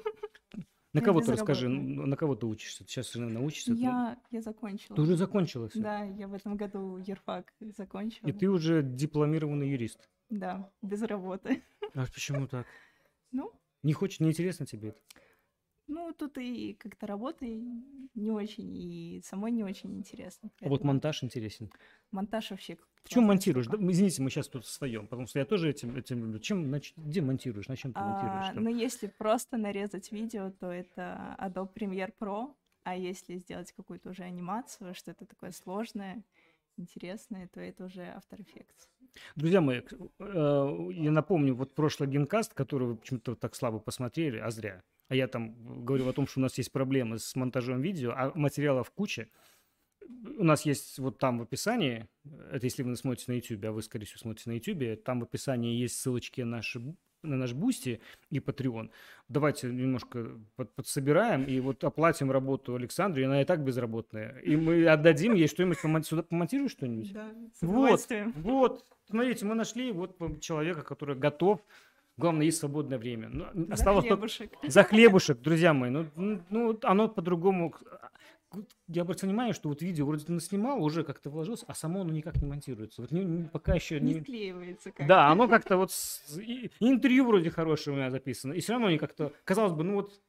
На кого ты расскажи, на кого ты учишься? Ты сейчас научишься? Я закончила. Ты уже закончила все? Да, я в этом году юрфак закончила. И ты уже дипломированный юрист? Да, без работы. А почему так? Ну? Не интересно тебе это? Ну, тут и как-то работа не очень, и самой не очень интересно. А вот монтаж интересен? Монтаж вообще... В чем монтируешь? Да, извините, мы сейчас тут в своем, потому что я тоже этим люблю. Где монтируешь? На чем ты монтируешь? Ну, если просто нарезать видео, то это Adobe Premiere Pro, а если сделать какую-то уже анимацию, что-то такое сложное, интересное, то это уже After Effects. Друзья мои, я напомню, вот прошлый генкаст, который вы почему-то так слабо посмотрели, а зря. А я там говорю о том, что у нас есть проблемы с монтажом видео, а материалов куча. У нас есть вот там в описании, это если вы смотрите на YouTube, а вы, скорее всего, смотрите на YouTube, там в описании есть ссылочки на наш Бусти и Patreon. Давайте немножко подсобираем и вот оплатим работу Александры, и она и так безработная. И мы отдадим ей что-нибудь, сюда помонтируешь что-нибудь? Да, с удовольствием. Вот. Смотрите, мы нашли вот человека, который готов. Главное, есть свободное время. За хлебушек. За хлебушек, друзья мои. Ну, оно по-другому... Я обратил внимание, что вот видео вроде ты наснимал, уже как-то вложился, а само оно никак не монтируется. Вот пока еще не склеивается как-то. Да, оно как-то вот... интервью вроде хорошее у меня записано, и все равно не как-то... Казалось бы, ну вот...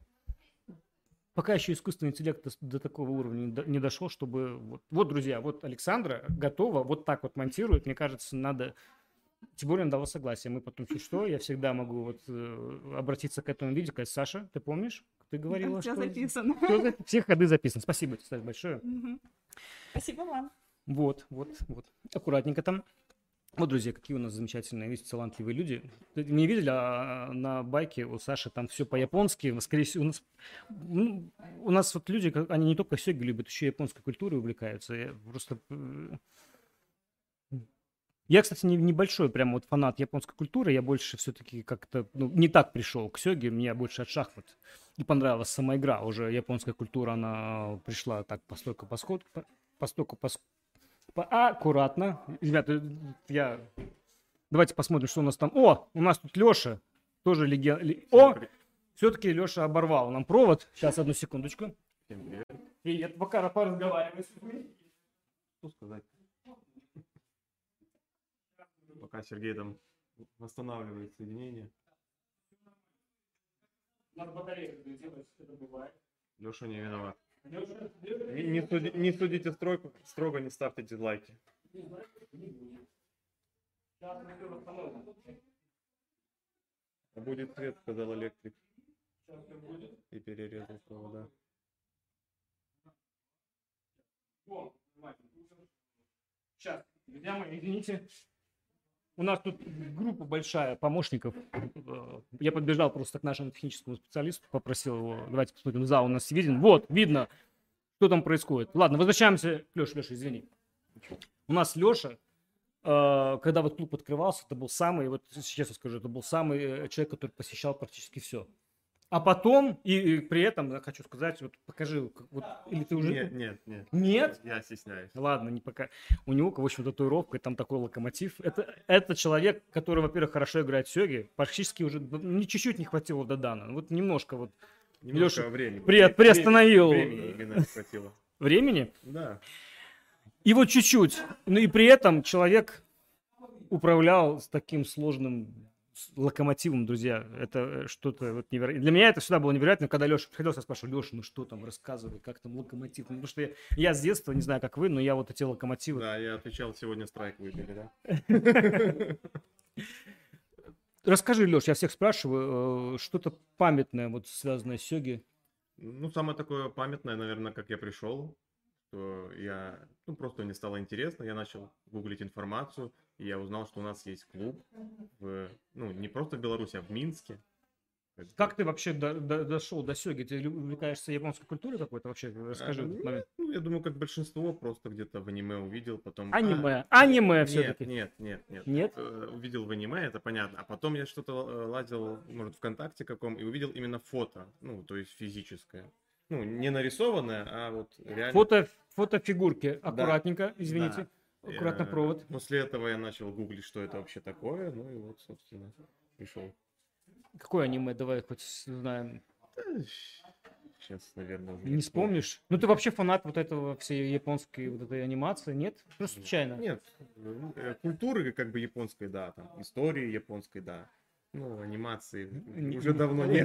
Пока еще искусственный интеллект до такого уровня не дошел, чтобы... Вот, друзья, вот Александра готова, вот так вот монтирует. Мне кажется, надо... Тем более, он дала согласие. Мы потом чуть что, я всегда могу вот обратиться к этому видео, сказать: Саша, ты помнишь? Ты говорила, все что... записано. Все ходы записаны. Спасибо тебе, Саша, большое. Спасибо вам. Вот. Аккуратненько там. Вот, друзья, какие у нас замечательные, видите, талантливые люди. Не видели, а на байке у Саши там все по-японски. Скорее всего, у нас вот люди, они не только сёги любят, еще и японской культурой увлекаются. Я, кстати, небольшой прям вот фанат японской культуры. Я больше все-таки как-то не так пришел к сёге. Мне больше от шахмат. И понравилась сама игра. Уже японская культура, она пришла так аккуратно. Ребята, давайте посмотрим, что у нас там. О, у нас тут Леша. Тоже легенда. О, все-таки Леша оборвал нам провод. Сейчас, одну секундочку. Привет, пока поразговаривай. Что сказать? Пока Сергей там восстанавливает соединение. Леша не виноват. Не судите строго, не ставьте дизлайки. Будет свет, сказал электрик. И перерезал провода. Сейчас, друзья мои, извините. У нас тут группа большая помощников. Я подбежал просто к нашему техническому специалисту, попросил его, давайте посмотрим, зал у нас виден. Вот, видно, что там происходит. Ладно, возвращаемся. Леша, извини. У нас Леша, когда вот клуб открывался, это был самый, вот сейчас я скажу, это был самый человек, который посещал практически все. А потом, и при этом, я хочу сказать, вот покажи, вот, или ты уже... Нет. Нет? Я стесняюсь. Ладно, не пока. У него, в общем, татуировка, и там такой локомотив. Это человек, который, во-первых, хорошо играет в сёги, практически уже чуть-чуть не хватило до Дана. Вот немножко вот... Немножко времени. Приостановил. Времени именно не хватило. Времени? Да. И вот чуть-чуть. Ну и при этом человек управлял с таким сложным локомотивом, друзья. Это что-то вот невероятное. Для меня это всегда было невероятно, когда Леша приходил, я спрашивал: Леша, ну что там, рассказывай, как там локомотив? Потому что я с детства, не знаю, как вы, но я вот эти локомотивы... Да, я отвечал, сегодня страйк выбили, да? Расскажи, Леш, я всех спрашиваю, что-то памятное, вот связанное с сёги. Ну, самое такое памятное, наверное, как я пришел, что я, просто мне стало интересно, я начал гуглить информацию, и я узнал, что у нас есть клуб, не просто в Беларуси, а в Минске. Как ты вообще дошел до сёги? Ты увлекаешься японской культурой какой-то вообще? Расскажи этот момент. Ну, я думаю, как большинство, просто где-то в аниме увидел, потом... Аниме все-таки? Нет. Нет? Увидел в аниме, это понятно. А потом я что-то лазил, может, ВКонтакте каком, и увидел именно фото, ну, то есть физическое. Ну, не нарисованное, а вот реально... Фото фигурки. Аккуратненько, извините. Да. Аккуратно провод. После этого я начал гуглить, что это вообще такое, ну и вот, собственно, пришел. Какое аниме? Давай хоть знаем. Сейчас, наверное, уже не вспомнишь? Ну, ты вообще фанат вот этого всей японской вот этой анимации, нет? Просто случайно? Нет. Культуры как бы японской, да. Там, истории японской, да. Ну, анимации уже давно нет.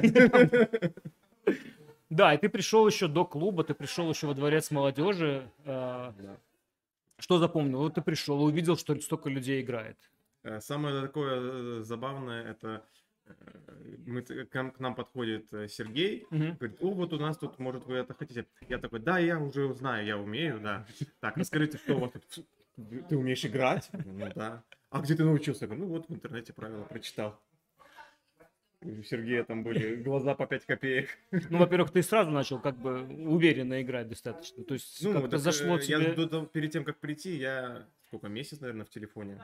Да, и ты пришел еще до клуба, ты пришел еще во дворец молодежи. Что запомнил? Вот ты пришел, увидел, что столько людей играет. Самое такое забавное, это к нам подходит Сергей, говорит, вот у нас тут, может, вы это хотите. Я такой, да, я уже знаю, я умею, да. Так, расскажите, что у вас тут? Ты умеешь играть? Ну да. А где ты научился? Я говорю, ну вот в интернете правила прочитал. У Сергея там были глаза по 5 копеек. Ну, во-первых, ты сразу начал как бы уверенно играть достаточно. То есть как-то зашло тебе... Перед тем, как прийти, я месяц, наверное, в телефоне.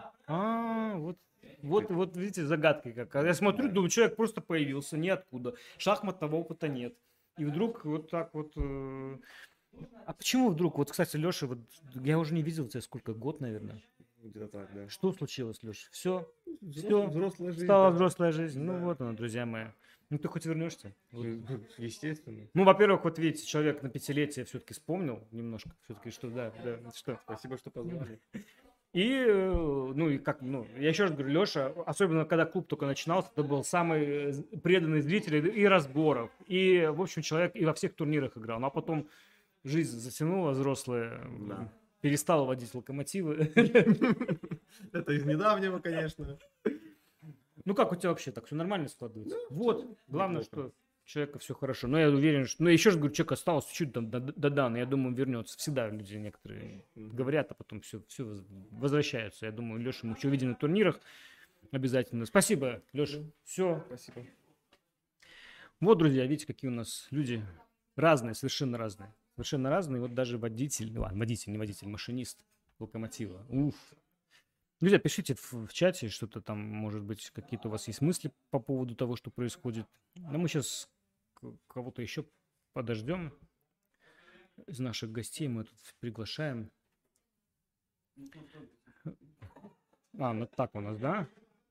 Вот видите, загадки как. Я смотрю, думаю, человек просто появился ниоткуда. Шахматного опыта нет. И вдруг вот так вот... А почему вдруг? Вот, кстати, Леша, вот, я уже не видел тебя сколько, год, наверное. Где-то так, да. Что случилось, Леша? Все? Взрослая жизнь. Стала взрослая жизнь. Да. Ну вот она, друзья мои. Ну ты хоть вернешься? Естественно. Ну, во-первых, вот видите, человек на 5-летие все-таки вспомнил немножко. Все-таки что, да, что. Спасибо, что позвали. И я еще раз говорю, Леша, особенно когда клуб только начинался, это был самый преданный зритель и разборов. И, в общем, человек и во всех турнирах играл. Ну, а потом жизнь затянула взрослая. Да. Перестал водить локомотивы. Это из недавнего, конечно. Ну как у тебя вообще так все нормально складывается? Вот, главное, что у человека все хорошо. Но я уверен, что... Ну, я еще раз говорю, человек осталось чуть-чуть до Дана, я думаю, вернется. Всегда люди некоторые говорят, а потом все возвращаются. Я думаю, Леша, мы еще увидим на турнирах обязательно. Спасибо, Леша. Все. Спасибо. Вот, друзья, видите, какие у нас люди разные, совершенно разные. Совершенно разные. Вот даже водитель, машинист локомотива. Уф. Друзья, пишите в чате что-то там, может быть, какие-то у вас есть мысли по поводу того, что происходит. Но мы сейчас кого-то еще подождем из наших гостей. Мы тут приглашаем. Ну так у нас, да?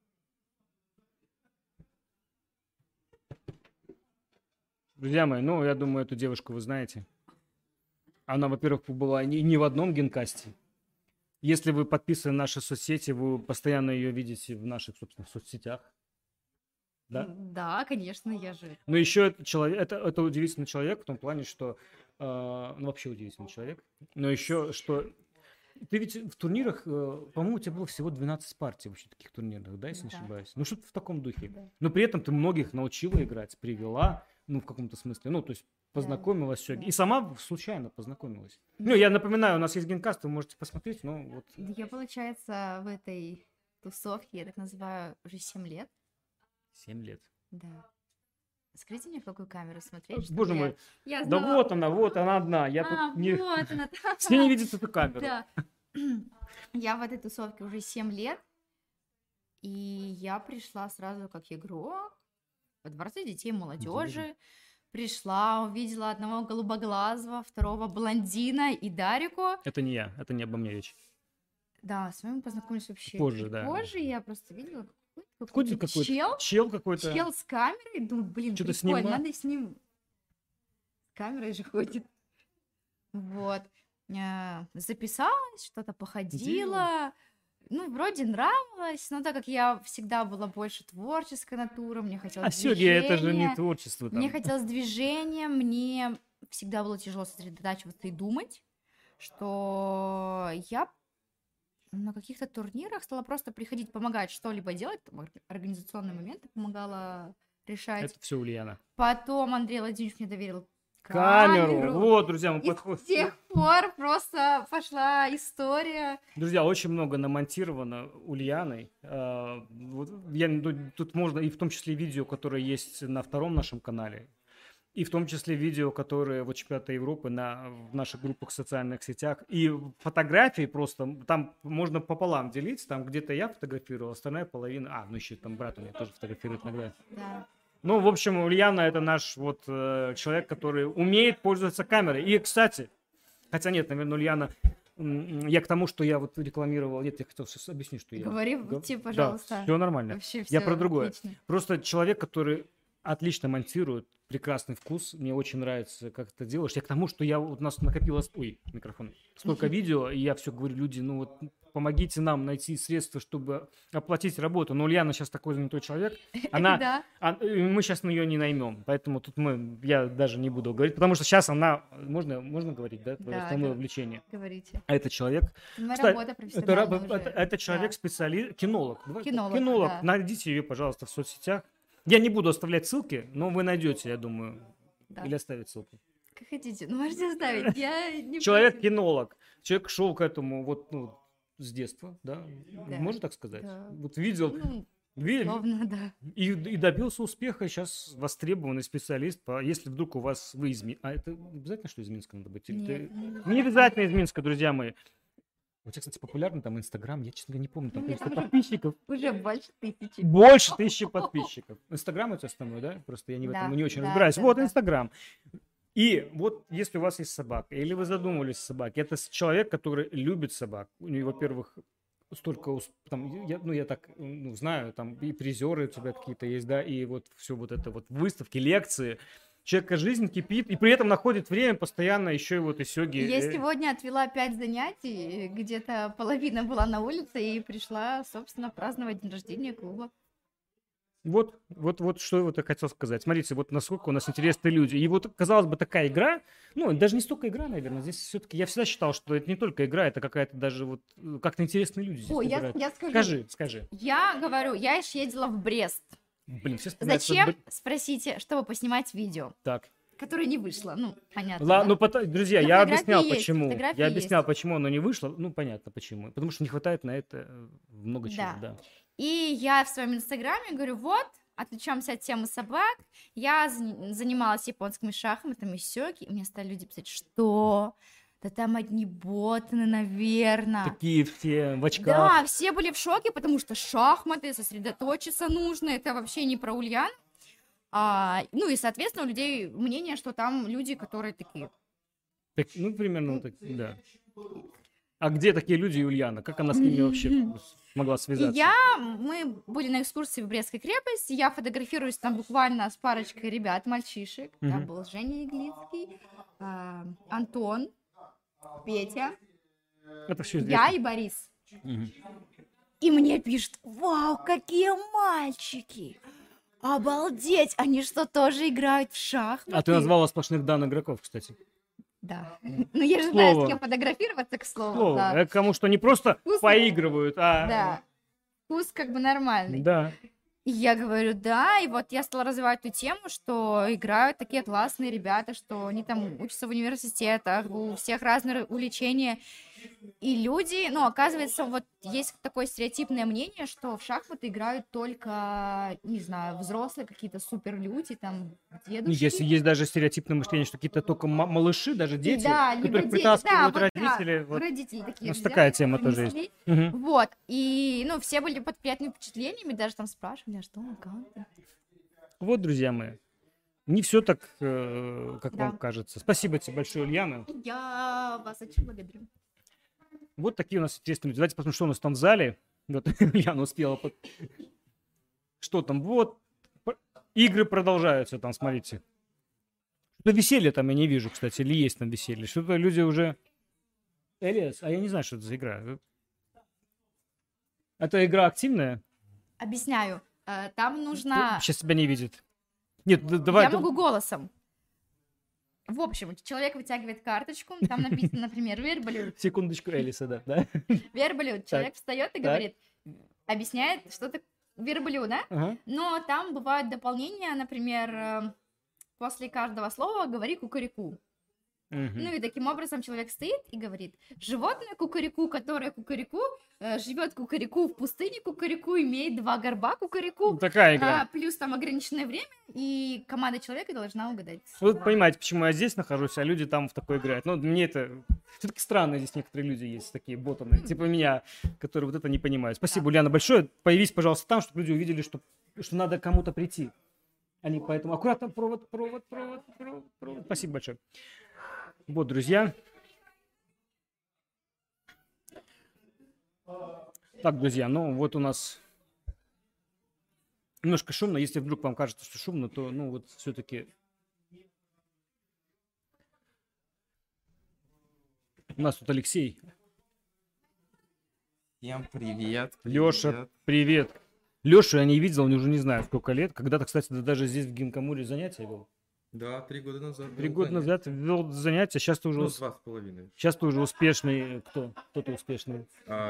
Друзья мои, ну, я думаю, эту девушку вы знаете. Она, во-первых, была не в одном генкасте. Если вы подписаны на наши соцсети, вы постоянно ее видите в наших, собственно, соцсетях. Да? Да, конечно, я же. Но еще это удивительный человек в том плане, что... вообще удивительный человек. Но еще, что... Ты ведь в турнирах, по-моему, у тебя было всего 12 партий вообще таких турнирах, да, если не ошибаюсь? Ну, что-то в таком духе. Да. Но при этом ты многих научила играть, привела, ну, в каком-то смысле. Ну, то есть познакомилась все. Да. И сама случайно познакомилась. Ну, я напоминаю, у нас есть генкаст, вы можете посмотреть, но вот... Я, получается, в этой тусовке, я так называю, уже 7 лет. 7 лет? Да. Скажите мне, в какую камеру смотреть? Боже мой, я знала... Да вот она одна. Я тут не... вот она. Все не видят эту камеру. Да. Я в этой тусовке уже 7 лет, и я пришла сразу как игрок во Дворце детей и молодежи. Пришла, увидела одного голубоглазого, второго блондина и Дарику. Это не я, это не обо мне речь. Да, с вами познакомились вообще позже, да. Позже я просто видела какой-то чел какой-то. Чел с камерой, думаю, блин, что-то прикольно, надо с ним... С камерой же ходит. Вот. Записалась, что-то походила. Ну, вроде нравилось, но так как я всегда была больше творческой натуры, мне хотелось движения. Это же не творчество. Там. Мне хотелось движения, мне всегда было тяжело сосредотачиваться и думать, что я на каких-то турнирах стала просто приходить, помогать что-либо делать, там, организационные моменты помогала решать. Это все Ульяна. Потом Андрей Владимирович мне доверил камеру. Вот, друзья, мы подходим. С тех пор просто пошла история. Друзья, очень много намонтировано Ульяной. Тут можно, и в том числе видео, которое есть на втором нашем канале, и в том числе видео, которые вот чемпионата Европы в наших группах в социальных сетях. И фотографии просто, там можно пополам делить, там где-то я фотографировал, остальная половина, ну еще там брат у меня тоже фотографирует иногда. Да. Ну, в общем, Ульяна это наш вот человек, который умеет пользоваться камерой. И, кстати, хотя нет, наверное, Ульяна, я к тому, что я вот рекламировал, нет, я хотел сейчас объяснить, что я... Говорите, пожалуйста. Да, все нормально. Вообще я про другое. Отлично. Просто человек, который отлично монтирует, прекрасный вкус, мне очень нравится, как ты делаешь. Я к тому, что у нас накопилось, микрофон, столько видео, и я все говорю, люди, ну вот помогите нам найти средства, чтобы оплатить работу. Но Ульяна сейчас такой занятой человек, мы сейчас ее не наймем, поэтому тут я даже не буду говорить, потому что сейчас она, можно говорить, да, твое основное увлечение. Говорите. А это человек, это человек-специалист, кинолог. Кинолог. Найдите ее, пожалуйста, в соцсетях. Я не буду оставлять ссылки, но вы найдете, я думаю, или оставить ссылку. Как хотите, можете оставить. Человек-кинолог. Человек шел к этому с детства, да? Можно так сказать? Да. Вот видел, словно, да. И добился успеха, сейчас востребованный специалист. Если вдруг вы из Минска. А это обязательно, что из Минска надо быть? Нет. Не обязательно из Минска, друзья мои. У тебя, кстати, популярный там Инстаграм, я, честно говоря, не помню, там количество подписчиков. Уже больше 1000. Больше 1000 подписчиков. Инстаграм у тебя основной, да? Просто я в этом не очень разбираюсь. Вот Инстаграм. И вот если у вас есть собака, или вы задумывались о собаке, это человек, который любит собак. У него, во-первых, столько, там, я так знаю, там и призеры у тебя какие-то есть, да, и вот все вот это вот выставки, лекции. Человека жизнь кипит, и при этом находит время постоянно еще и вот и сёги. Я сегодня отвела 5 занятий, где-то половина была на улице, и пришла, собственно, праздновать день рождения клуба. Вот что я хотел сказать. Смотрите, вот насколько у нас интересные люди. И вот, казалось бы, такая игра, даже не столько игра, наверное, здесь все-таки, я всегда считал, что это не только игра, это какая-то даже вот, как-то интересные люди здесь играют. Я скажу. Скажи. Я говорю, я ездила в Брест. Блин, все зачем, спросите, чтобы поснимать видео? Так. Которое не вышло, понятно. Ладно, друзья, я объяснял, почему. Я объяснял, почему оно не вышло. Понятно, почему. Потому что не хватает на это много чего, да. И я в своем инстаграме говорю, вот, отвлечемся от темы собак. Я занималась японскими шахматами, сёги, и мне стали люди писать, что... Да там одни ботаны, наверное. Такие все в очках. Да, все были в шоке, потому что шахматы, сосредоточиться нужно, это вообще не про Ульян. И, соответственно, у людей мнение, что там люди, которые такие. Примерно так, да. А где такие люди и Ульяна? Как она с ними вообще могла связаться? Мы были на экскурсии в Брестской крепости, я фотографируюсь там буквально с парочкой ребят, мальчишек. Там был Женя Иглицкий, Антон, Петя, это все я и Борис. И мне пишут, вау, какие мальчики! Обалдеть! Они что, тоже играют в шахматы? А ты назвала сплошных игроков, кстати. Да. Я же знаю, с кем фотографироваться, к слову. Да. Кому что не просто поигрывают, а... Да. Вкус как бы нормальный. Да. И я говорю, да, и вот я стала развивать эту тему, что играют такие классные ребята, что они там учатся в университетах, у всех разные увлечения. И люди, оказывается, вот есть такое стереотипное мнение, что в шахматы играют только, не знаю, взрослые какие-то суперлюди, там, дедушки. Если есть даже стереотипное мышление, что какие-то только малыши, даже дети, да, которых притаскивают родители. Да, вот. Родители такие. Такая тема тоже есть. Вот, и, все были под приятными впечатлениями, даже там спрашивали, а что он, как? Вот, друзья мои. Не все так, как вам кажется. Спасибо тебе большое, Ульяна. Я вас очень благодарю. Вот такие у нас интересные люди. Давайте посмотрим, что у нас там в зале. Вот Ульяна успела. Что там? Вот. Игры продолжаются там, смотрите. Что-то веселье там я не вижу, кстати. Или есть там веселье. Что-то люди уже... Элиас, а я не знаю, что это за игра. Это игра активная? Объясняю. Там нужно... Сейчас тебя не видит. Нет, давай... Я могу голосом. В общем, человек вытягивает карточку, там написано, например, верблюд. Секундочку, Элиса, да. Верблюд. Человек встает и говорит, объясняет, что такое верблюд, да? Но там бывают дополнения, например, после каждого слова говори кукареку. Ну и таким образом человек стоит и говорит: животное кукареку, которое кукареку, живет кукареку в пустыне кукареку, имеет 2 горба кукареку. Такая игра. Плюс там ограниченное время, и команда человека должна угадать. Вы понимаете, почему я здесь нахожусь, а люди там в такой играют. Ну, мне это... Все-таки странно, здесь некоторые люди есть, такие ботаны, типа меня, которые вот это не понимают. Спасибо, Ульяна, большое. Появись, пожалуйста, там, чтобы люди увидели, что надо кому-то прийти. Они поэтому... Аккуратно, провод. Спасибо большое. Вот, друзья. Так, друзья, ну вот у нас немножко шумно. Если вдруг вам кажется, что шумно, то, ну вот все-таки у нас тут Алексей. Всем привет. Леша, привет. Лешу я не видел, уже не знаю, сколько лет. Когда-то, кстати, даже здесь в Гинкамуре занятия вел. Да, 3 года назад. 3 года назад вел занятия, сейчас ты уже... Ну, 2,5. Сейчас ты уже успешный... Кто ты успешный?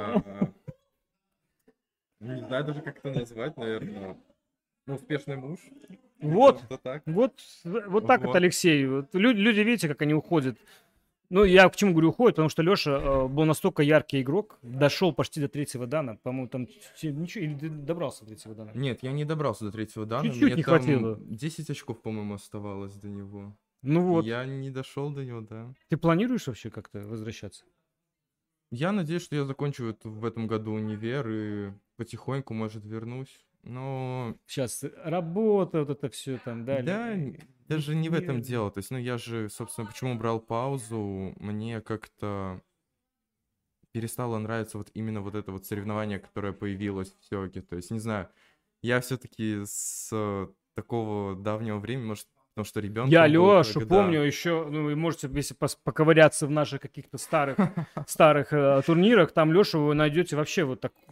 Не знаю даже, как это назвать, наверное. Ну, успешный муж. Вот так. Вот так вот, Алексей. Вот, люди, видите, как они уходят. Ну, я к чему говорю уходят, потому что Леша был настолько яркий игрок, дошел почти до 3-го дана, по-моему, там ничего, или ты добрался до 3-го дана? Нет, я не добрался до 3-го дана. Чуть-чуть мне не там хватило. 10 очков, по-моему, оставалось до него. Ну вот. Я не дошел до него, да. Ты планируешь вообще как-то возвращаться? Я надеюсь, что я закончу в этом году универ и потихоньку, может, вернусь. Но... Сейчас работа, вот это все там, да? Да, даже не в этом дело. То есть, ну, я же, собственно, почему брал паузу, мне как-то перестало нравиться вот именно вот это вот соревнование, которое появилось в Сёге. То есть, не знаю, я все-таки с такого давнего времени, может, потому что ребенок. Я Лешу помню еще, ну, вы можете, если поковыряться в наших каких-то старых турнирах, там Лешу вы найдете вообще вот так,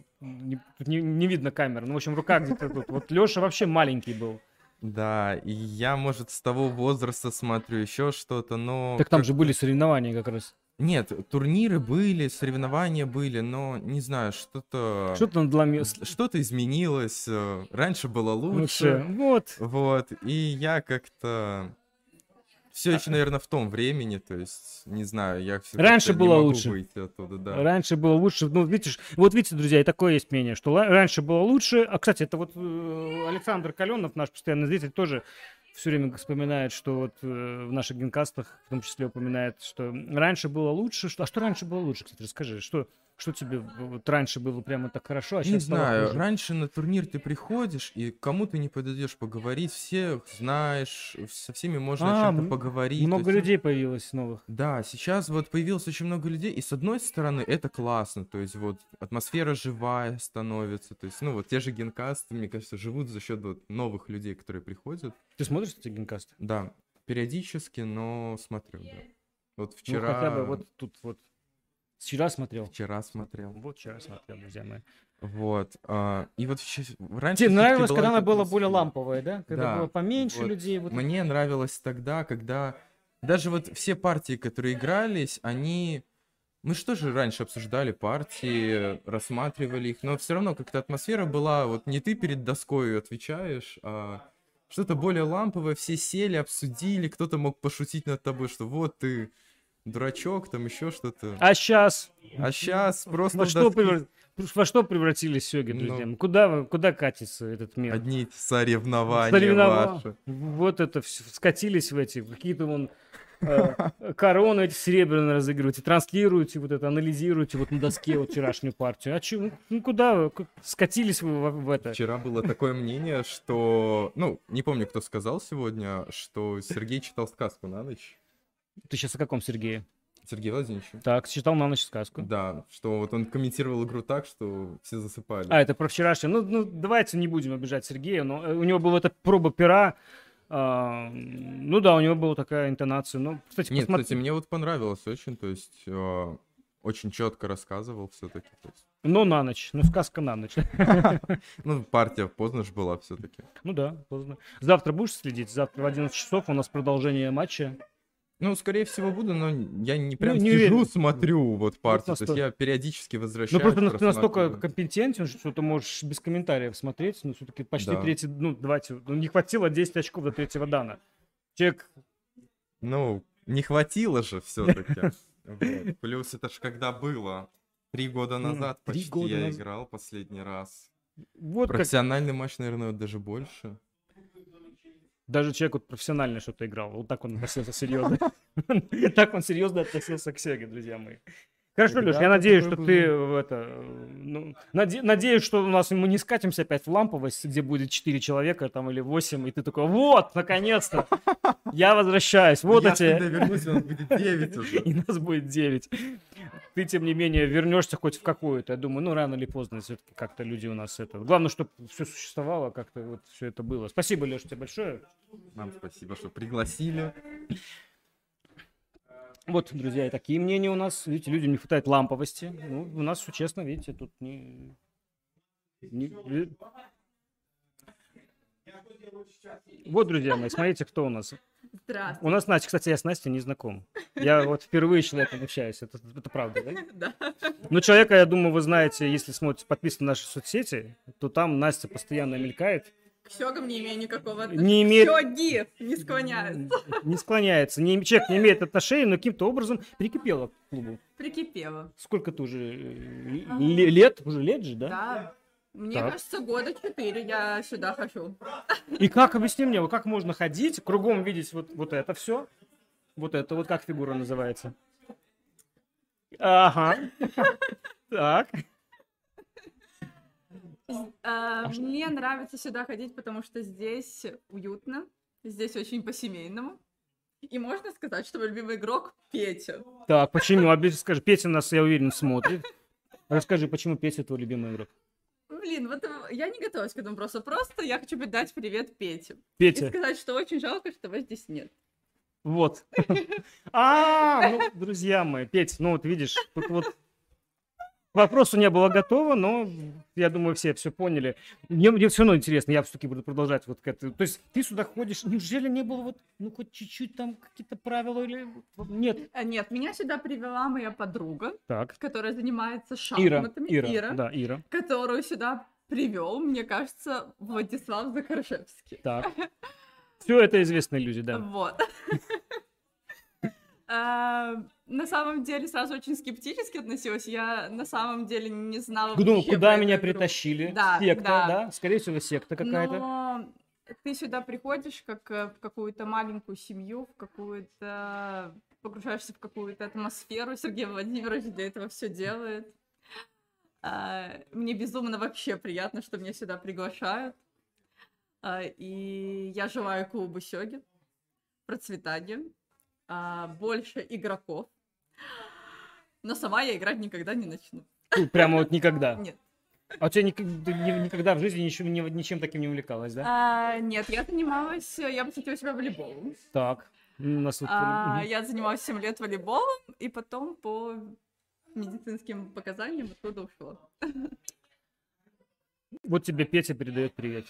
не видно камер, ну, в общем, рука где-то тут. Вот Леша вообще маленький был. Да, и я, может, с того возраста смотрю еще что-то, но... Так там же были соревнования как раз. Нет, турниры были, соревнования были, но, не знаю, что-то... Что-то надломилось. Что-то изменилось, раньше было лучше. Вот, и я как-то... Все еще, наверное, в том времени, то есть, не знаю, я раньше было лучше. Выйти оттуда, да. Раньше было лучше. Ну, видите, друзья, и такое есть мнение, что раньше было лучше. А, кстати, это вот Александр Каленов, наш постоянный зритель, тоже все время вспоминает, что вот в наших генкастах, в том числе, упоминает, что раньше было лучше. А что раньше было лучше, кстати, расскажи, что тебе вот раньше было прямо так хорошо, а сейчас не стало знаю, хуже? Раньше на турнир ты приходишь, и кому ты не подойдешь поговорить, всех знаешь, со всеми можно о чем-то поговорить. Много людей появилось новых. Да, сейчас вот появилось очень много людей, и с одной стороны это классно, то есть вот атмосфера живая становится, то есть, ну вот те же генкасты, мне кажется, живут за счет вот новых людей, которые приходят. Ты смотришь эти генкасты? Да, периодически, но смотрю, да. Вот вчера... Ну, хотя бы вот тут вот. Вчера смотрел. Вот вчера смотрел, друзья мои. Вот. И вот раньше... Тебе нравилось, когда она была более ламповая, да? Когда было поменьше вот. людей. Вот. Мне нравилось тогда, когда... Даже вот все партии, которые игрались, они... Мы же тоже раньше обсуждали партии, рассматривали их, но все равно как-то атмосфера была... Вот не ты перед доской отвечаешь, а что-то более ламповое. Все сели, обсудили, кто-то мог пошутить над тобой, что вот ты... дурачок, там еще что-то. А сейчас? Просто... Во что превратились сёги, друзья? Куда катится этот мир? Одни соревнования ваши. Вот это все. Скатились в эти, какие-то вон короны эти серебряные разыгрываете, транслируете, вот это, анализируете вот на доске вот вчерашнюю партию. А че, ну куда? Скатились вы в это? Вчера было такое мнение, что... Ну, не помню, кто сказал сегодня, что Сергей читал сказку на ночь. Ты сейчас о каком Сергее? Сергей Владимирович. Так, читал на ночь сказку. Да, что вот он комментировал игру так, что все засыпали. А, это про вчерашнее. Ну, давайте не будем обижать Сергея, но у него была эта проба пера. Ну да, у него была такая интонация. Но, кстати, нет, кстати, мне вот понравилось очень, то есть очень четко рассказывал все-таки. Ну, на ночь. Ну, сказка на ночь. Ну, партия поздно же была все-таки. Ну да, поздно. Завтра будешь следить? Завтра в 11 часов у нас продолжение матча. Ну, скорее всего, буду, но я не прям сижу, смотрю вот партию. То есть я периодически возвращаюсь. Ну, просто ты настолько компетентен, что ты можешь без комментариев смотреть. Ну, все-таки почти третий... Ну, давайте... Ну, не хватило 10 очков до третьего дана. Человек... Ну, не хватило же все-таки. Вот. Плюс это ж когда было? 3 года назад почти я играл последний раз. Вот профессиональный матч, наверное, даже больше. Даже человек вот профессионально что-то играл. Вот так он относился серьезно. Так он серьезно относился к Сеге, друзья мои. Хорошо, Леш, я надеюсь, что ты надеюсь, что у нас мы не скатимся опять в ламповость, где будет 4 человека там или 8, и ты такой, вот, наконец-то, я возвращаюсь, вот эти... Я вернусь, у нас будет 9 уже. И нас будет 9. Ты, тем не менее, вернешься хоть в какую-то. Я думаю, ну, рано или поздно все-таки как-то люди у нас это... Главное, чтобы все существовало, как-то вот все это было. Спасибо, Леша, тебе большое. Вам спасибо, что пригласили. Вот, друзья, и такие мнения у нас. Видите, людям не хватает ламповости. Ну, у нас, все честно, видите, тут не... Вот, друзья мои, смотрите, кто у нас. Здравствуйте. У нас Настя, кстати, я с Настей не знаком. Я вот впервые с человеком общаюсь. Это правда, да? Да. Но человека, я думаю, вы знаете, если смотрите, подписаны на наши соцсети, то там Настя постоянно мелькает. К сёгам не имею никакого отношения. Не имеет... Сёги не склоняются. Не склоняется. Человек не имеет отношения, но каким-то образом прикипела к клубу. Прикипела. Сколько ты уже лет? Уже лет же, да? Да. Мне кажется, 4 года я сюда хожу. И как, объясни мне, как можно ходить, кругом видеть вот это все? Вот это вот как фигура называется? Ага. Так. Мне нравится сюда ходить, потому что здесь уютно, здесь очень по-семейному. И можно сказать, что мой любимый игрок Петя. Так, почему? Скажи, Петя нас, я уверен, смотрит. Расскажи, почему Петя твой любимый игрок? Блин, вот я не готовилась к этому просто я хочу передать привет Пете. Петя. И сказать, что очень жалко, что его здесь нет. Вот. Ну, друзья мои, Петь, ну вот видишь, тут вот к вопросу не было готово, но я думаю, все поняли. Мне все равно интересно, я все-таки буду продолжать вот к этому. То есть ты сюда ходишь, неужели не было вот, ну, хоть чуть-чуть там какие-то правила или... Нет. Нет, меня сюда привела моя подруга, так, которая занимается шахматами. Ира. Которую сюда привел, мне кажется, Владислав Закаршевский. Так. Все это известные люди, да. Вот. На самом деле сразу очень скептически относилась. Я на самом деле не знала вообще куда меня притащили? Да, секта, да. Скорее всего, секта какая-то. Но ты сюда приходишь как в какую-то маленькую семью, погружаешься в какую-то атмосферу. Сергей Владимирович для этого все делает. Мне безумно вообще приятно, что меня сюда приглашают. И я желаю клубу сёги процветания, больше игроков. Но сама я играть никогда не начну. Прямо вот никогда? Нет. А у тебя никогда в жизни ничем таким не увлекалась, да? Нет, я посвятила себя волейболу. Так. Я занималась 7 лет волейболом, и потом по медицинским показаниям оттуда ушла. Вот тебе Петя передает привет.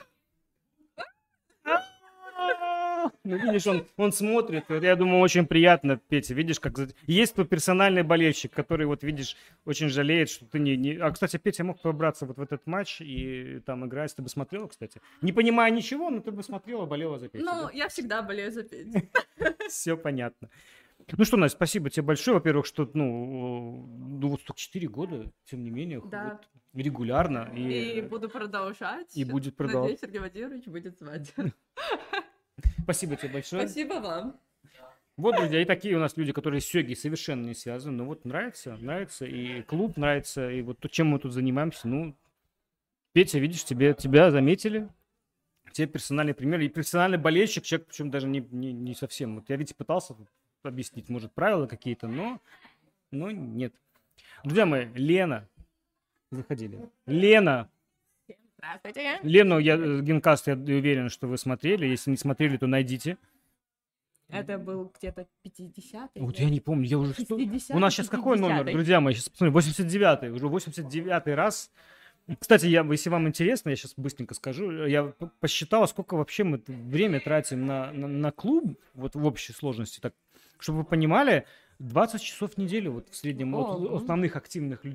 Ну, видишь, он смотрит, я думаю, очень приятно, Петя, видишь, как... Есть тут персональный болельщик, который, вот, видишь, очень жалеет, что ты не... А, кстати, Петя мог пробраться вот в этот матч и там играть. Ты бы смотрела, кстати? Не понимая ничего, но ты бы смотрела, болела за Петю. Ну, да? я всегда болею за Петю. Все понятно. Ну что, Настя, спасибо тебе большое. Во-первых, что, вот столько 4 года, тем не менее, да. вот, регулярно. И буду продолжать. И будет продолжать. Надеюсь, Сергей Владимирович будет звать. Спасибо тебе большое. Спасибо вам. Вот, друзья, и такие у нас люди, которые с сёгой совершенно не связаны. Но вот нравится, и клуб нравится, и вот то, чем мы тут занимаемся. Ну, Петя, видишь, тебя заметили. Тебе персональный пример. И персональный болельщик, человек, причем даже не совсем. Вот я, видите, пытался объяснить, может, правила какие-то, но нет. Друзья мои, Лена. Заходили. Лена. Здравствуйте. Лену, Генкаст, я уверен, что вы смотрели. Если не смотрели, то найдите. Это был где-то 50-й. Вот я не помню, я уже... У нас сейчас какой номер, друзья мои? Сейчас посмотрим, 89-й. Уже 89-й раз. Кстати, если вам интересно, я сейчас быстренько скажу. Я посчитал, сколько вообще мы время тратим на клуб, вот в общей сложности, так, чтобы вы понимали, 20 часов в неделю вот в среднем от основных активных людей,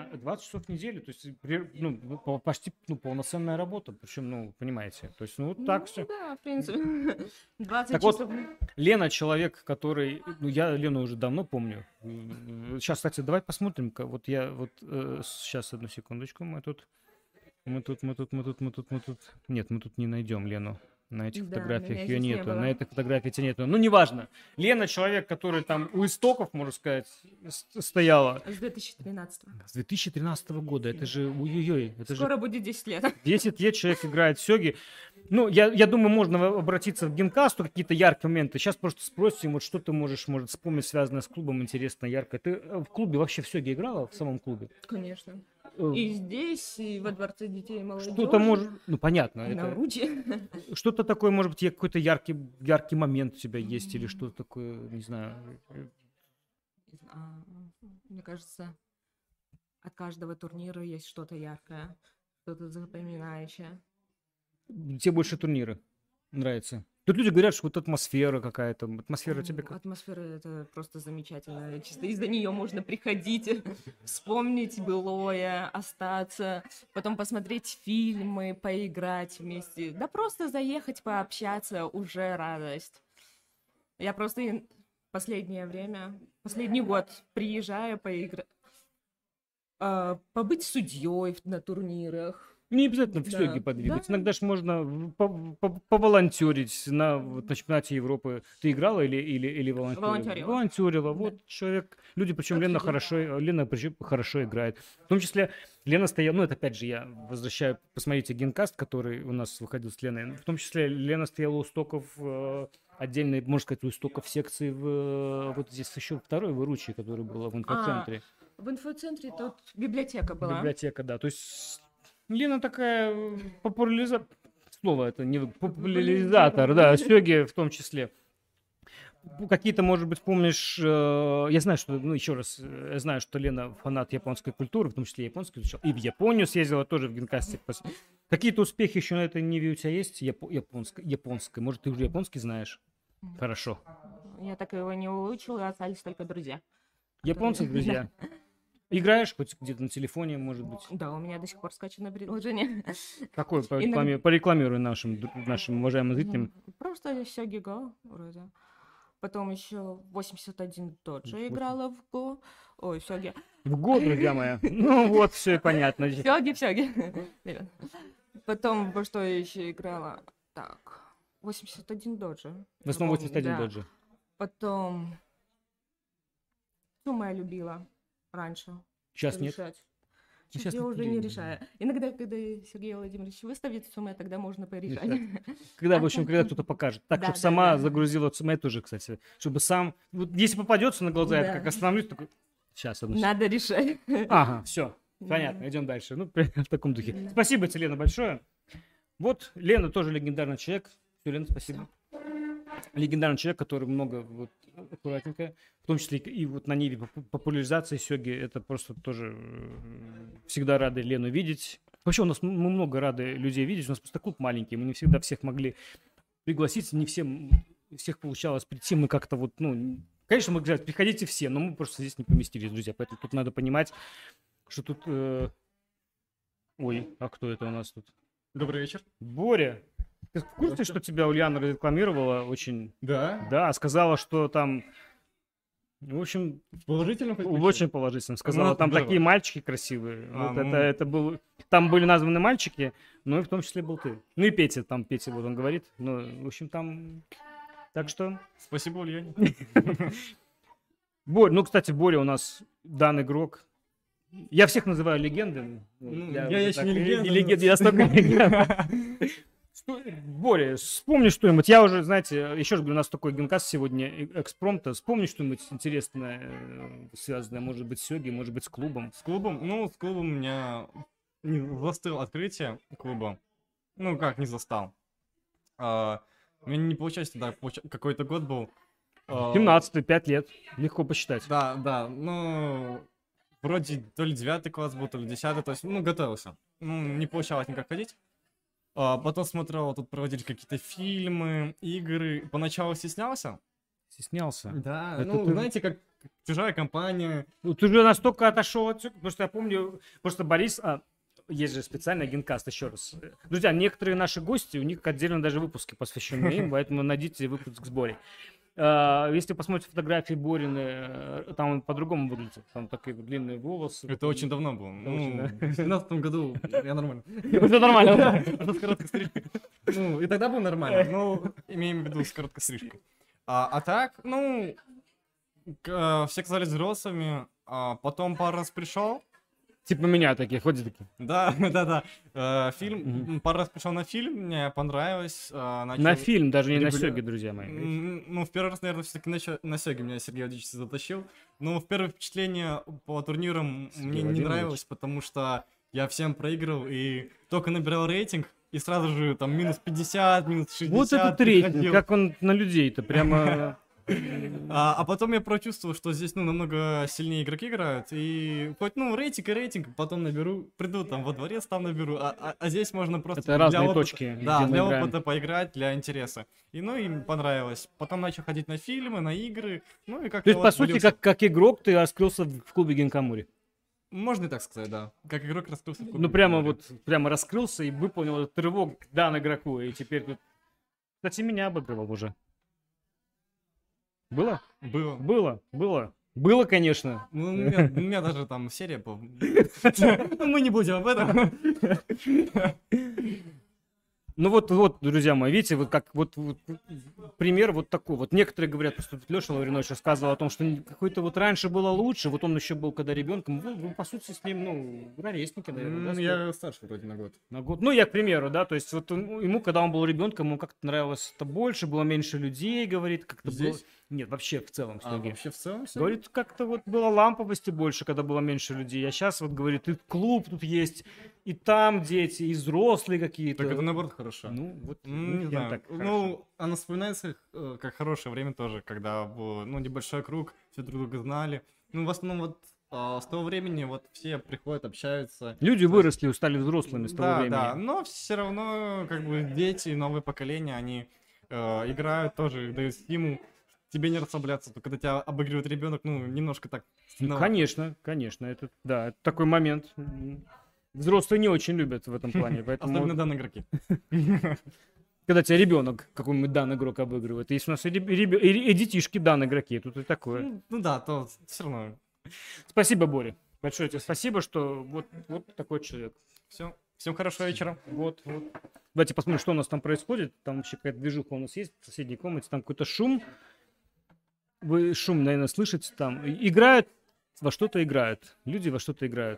20 часов в неделю, то есть ну, почти полноценная работа, причем, ну, понимаете, то есть, ну, вот так все. Да, в принципе. 20 так часов. Вот, Лена человек, который, ну, я Лену уже давно помню. Сейчас, кстати, давай посмотрим-ка, вот я вот, сейчас, одну секундочку, мы тут, нет, мы тут не найдем Лену. На этих фотографиях ее нету, на этой фотографии тебя нету. Ну, неважно. Лена человек, который там у истоков, можно сказать, стояла. С 2013 года. С 2013 года. Это же, ой-ой-ой. Скоро будет 10 лет. 10 лет человек играет в сёги. Ну, я думаю, можно обратиться в Генкасту, какие-то яркие моменты. Сейчас просто спросим, вот что ты можешь, может, вспомнить, связанное с клубом, интересно, ярко. Ты в клубе вообще в сёги играла, в самом клубе? Конечно. И здесь, и во Дворце детей и молодежи. Что-то может... Ну, понятно. На Руде. Что-то такое, может быть, какой-то яркий момент у тебя есть, или что-то такое, не знаю. Мне кажется, от каждого турнира есть что-то яркое, что-то запоминающее. Тебе больше турниры нравятся? Тут люди говорят, что вот атмосфера какая-то. Атмосфера тебе как? Атмосфера — это просто замечательно. Чисто из-за нее можно приходить, вспомнить былое, остаться, потом посмотреть фильмы, поиграть вместе. Да просто заехать, пообщаться — уже радость. Я просто последнее время, последний год приезжаю поиграть, побыть судьей на турнирах. Не обязательно в сёге подвигаться. Да. Иногда же можно поволонтерить на чемпионате Европы. Ты играла или волонтерила? Волонтерила. Да. Вот человек, люди, причем Лена хорошо играет. В том числе Лена стояла, ну это опять же я возвращаю, посмотрите Генкаст, который у нас выходил с Леной. В том числе Лена стояла у стоков отдельной, можно сказать, у стоков секции вот здесь еще второй выручи, который была в инфоцентре. В инфоцентре тут библиотека была. Библиотека, да. То есть Лена такая слово это не популяризатор, да, сёги в том числе. Какие-то, может быть, помнишь, я знаю, что, ну, еще раз, я знаю, что Лена фанат японской культуры, в том числе японской изучала, и в Японию съездила тоже в Генкасте. Какие-то успехи еще на этой ниве у тебя есть? Японской. Может, ты уже японский знаешь? Хорошо. Я так его не выучила, остались только друзья. Японцы, друзья? Играешь хоть где-то на телефоне, может быть? Да, у меня до сих пор скачано приложение. Какое? Порекламируй нашим уважаемым зрителям. Просто сёги Го вроде. Потом еще 81 тоже играла в Го. Ой, сёги. В Го, друзья мои. Ну вот, все понятно. Сёги. Потом во что я еще играла? Так, 81 доджи. В основном 81 доджи. Потом Сумо я любила раньше. Сейчас нет? Сейчас я уже не решаю. Иногда, когда Сергей Владимирович выставит Сумо, тогда можно порешать. Когда, в общем, когда кто-то покажет. Так, чтобы сама загрузила Сумо, тоже, кстати. Чтобы сам... Вот если попадется на глаза, я как остановлюсь, такой... Сейчас, одну. Надо решать. Ага, все. Понятно, идем дальше. Ну, в таком духе. Спасибо тебе, Лена, большое. Вот, Лена тоже легендарный человек. Все, Лена, спасибо. Легендарный человек, который много, вот, аккуратненько, в том числе и вот на ниве популяризации сёги, это просто тоже всегда рады Лену видеть. Вообще мы много рады людей видеть, у нас просто клуб маленький, мы не всегда всех могли пригласить, не всех получалось прийти, мы как-то вот, ну, конечно, мы говорим, приходите все, но мы просто здесь не поместились, друзья, поэтому тут надо понимать, что тут... Ой, а кто это у нас тут? Добрый вечер. Боря. Ты в курсе, что тебя Ульяна рекламировала очень? Да. Да, сказала, что там... В общем, очень положительно. Сказала, там такие мальчики красивые. Вот это был... Там были названы мальчики, но и в том числе был ты. Ну и Петя, вот он говорит. Ну, в общем, там... Так что... Спасибо, Ульяне. Боря, ну, кстати, Боря у нас дан игрок. Я всех называю легендами. Я еще не легенда. Я столько легенда. Боря, вспомни что-нибудь. Я уже, знаете, еще раз говорю, у нас такой генкаст сегодня экспромта. Вспомни что-нибудь интересное, связанное, может быть, с сёги, может быть, с клубом. С клубом? Ну, с клубом у меня не застыл открытие клуба. Ну, как не застал. У меня не получилось тогда, какой-то год был. 17-й, 5 лет. Легко посчитать. Да, ну... Вроде то ли 9 класс был, то ли 10, то есть, ну, готовился. Ну, не получалось никак ходить. Потом смотрел, тут проводили какие-то фильмы, игры. Поначалу стеснялся. Стеснялся? Да, это ну, ты... знаете, чужая компания. Ну, ты уже настолько отошел от всего, потому что я помню, просто Борис... есть же специальный генкаст, еще раз. Друзья, некоторые наши гости, у них отдельно даже выпуски посвящены им, поэтому найдите выпуск с Борей. Если посмотрите фотографии Борины, там он по-другому выглядит. Там такие длинные волосы. Это очень давно было. Ну, в 2017 году я нормально. Все нормально. С короткой стрижкой. Ну, и тогда было нормально. Ну, имеем в виду с короткой стрижкой. А так, ну, все казались взрослыми. Потом пару раз пришел. Типа меня такие, ходят такие. Да. Фильм, пару раз пришел на фильм, мне понравилось. На фильм, даже не на сёге, друзья мои. Ну, в первый раз, наверное, все-таки на сёге меня Сергей Владимирович затащил. Но в первое впечатление по турнирам мне не нравилось, потому что я всем проигрывал и только набирал рейтинг, и сразу же там минус 50, минус 60. Вот этот рейтинг, как он на людей-то прямо... А потом я прочувствовал, что здесь, ну, намного сильнее игроки играют, и хоть, ну, рейтинг, потом наберу, приду там во дворец, там наберу, а здесь можно просто... Это разные опыта, точки. Да, для опыта поиграть, для интереса. И, ну, им понравилось. Потом начал ходить на фильмы, на игры, ну, и как-то... То есть, по сути, как игрок ты раскрылся в клубе Гинкамури? Можно и так сказать, да. Как игрок раскрылся в клубе. Ну, прямо раскрылся и выполнил этот рывок, дан игроку, и теперь тут... Кстати, меня обыгрывал уже. Было? Было, конечно. Ну, у меня даже там серия была. Мы не будем об этом. Ну вот, друзья мои, видите, вот пример вот такой. Вот некоторые говорят, что Леша Лавринович рассказывал о том, что какой-то вот раньше было лучше, вот он еще был когда ребенком. Вы по сути, с ним, ну, ровесники, наверное. Да, я старше вроде на год. Ну, я к примеру, да, то есть вот ему, когда он был ребенком, ему как-то нравилось это больше, было меньше людей, говорит, как-то было... Нет, вообще в целом. Вообще в целом? Говорит, как-то вот было ламповости больше, когда было меньше людей. А сейчас вот, говорит, и клуб тут есть, и там дети, и взрослые какие-то. Так это наоборот хорошо. Ну, вот. Не знаю. Так, ну, оно вспоминается как хорошее время тоже, когда был, ну, небольшой круг, все друг друга знали. Ну, в основном вот с того времени вот все приходят, общаются. Люди выросли, стали взрослыми с того времени. Да, но все равно, как бы, дети, новое поколение, они играют тоже, дают стимул. Тебе не расслабляться, то когда тебя обыгрывает ребенок, ну, немножко так. Ну, конечно, это такой момент. Взрослые не очень любят в этом плане, поэтому... Особенно данные игроки. Когда тебя ребенок, какой-нибудь данный игрок обыгрывает. Есть у нас и детишки данные игроки, тут и такое. Ну да, то все равно. Спасибо, Боря. Большое тебе спасибо, что вот такой человек. Все. Всем хорошего вечера. Вот. Давайте посмотрим, что у нас там происходит. Там вообще какая-то движуха у нас есть в соседней комнате. Там какой-то шум. Вы шум, наверное, слышите там. Играют, во что-то играют. Люди во что-то играют.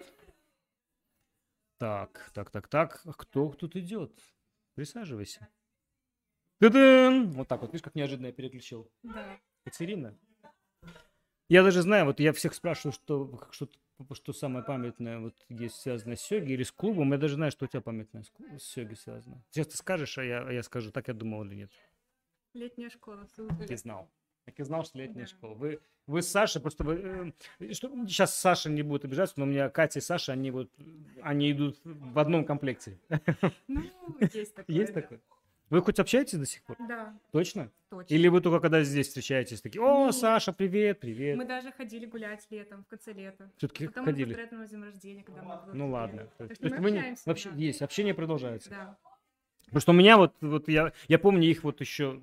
Так. Кто тут идет? Присаживайся. Та-дам! Вот так вот, видишь, как неожиданно я переключил. Да. Катерина. Я даже знаю, вот я всех спрашиваю, что самое памятное вот есть связано с сёги или с клубом. Я даже знаю, что у тебя памятное с сёги связано. Сейчас ты скажешь, а я скажу, так я думал или нет. Летняя школа. Ты знал. Так и знал, что летняя школа. Вы с Сашей, просто сейчас Саша не будет обижаться, но у меня Катя и Саша, они идут в одном комплекте. Ну, есть такое. Есть такое? Вы хоть общаетесь до сих пор? Да. Точно? Точно. Или вы только когда здесь встречаетесь, такие, о, Саша, привет. Мы даже ходили гулять летом, в конце лета. Все-таки потом ходили? Потом мы на день рождения, когда мы... Ну ладно. То есть мы общаемся, вообще да. есть, общение продолжается. Да. Потому что у меня вот я помню их вот еще,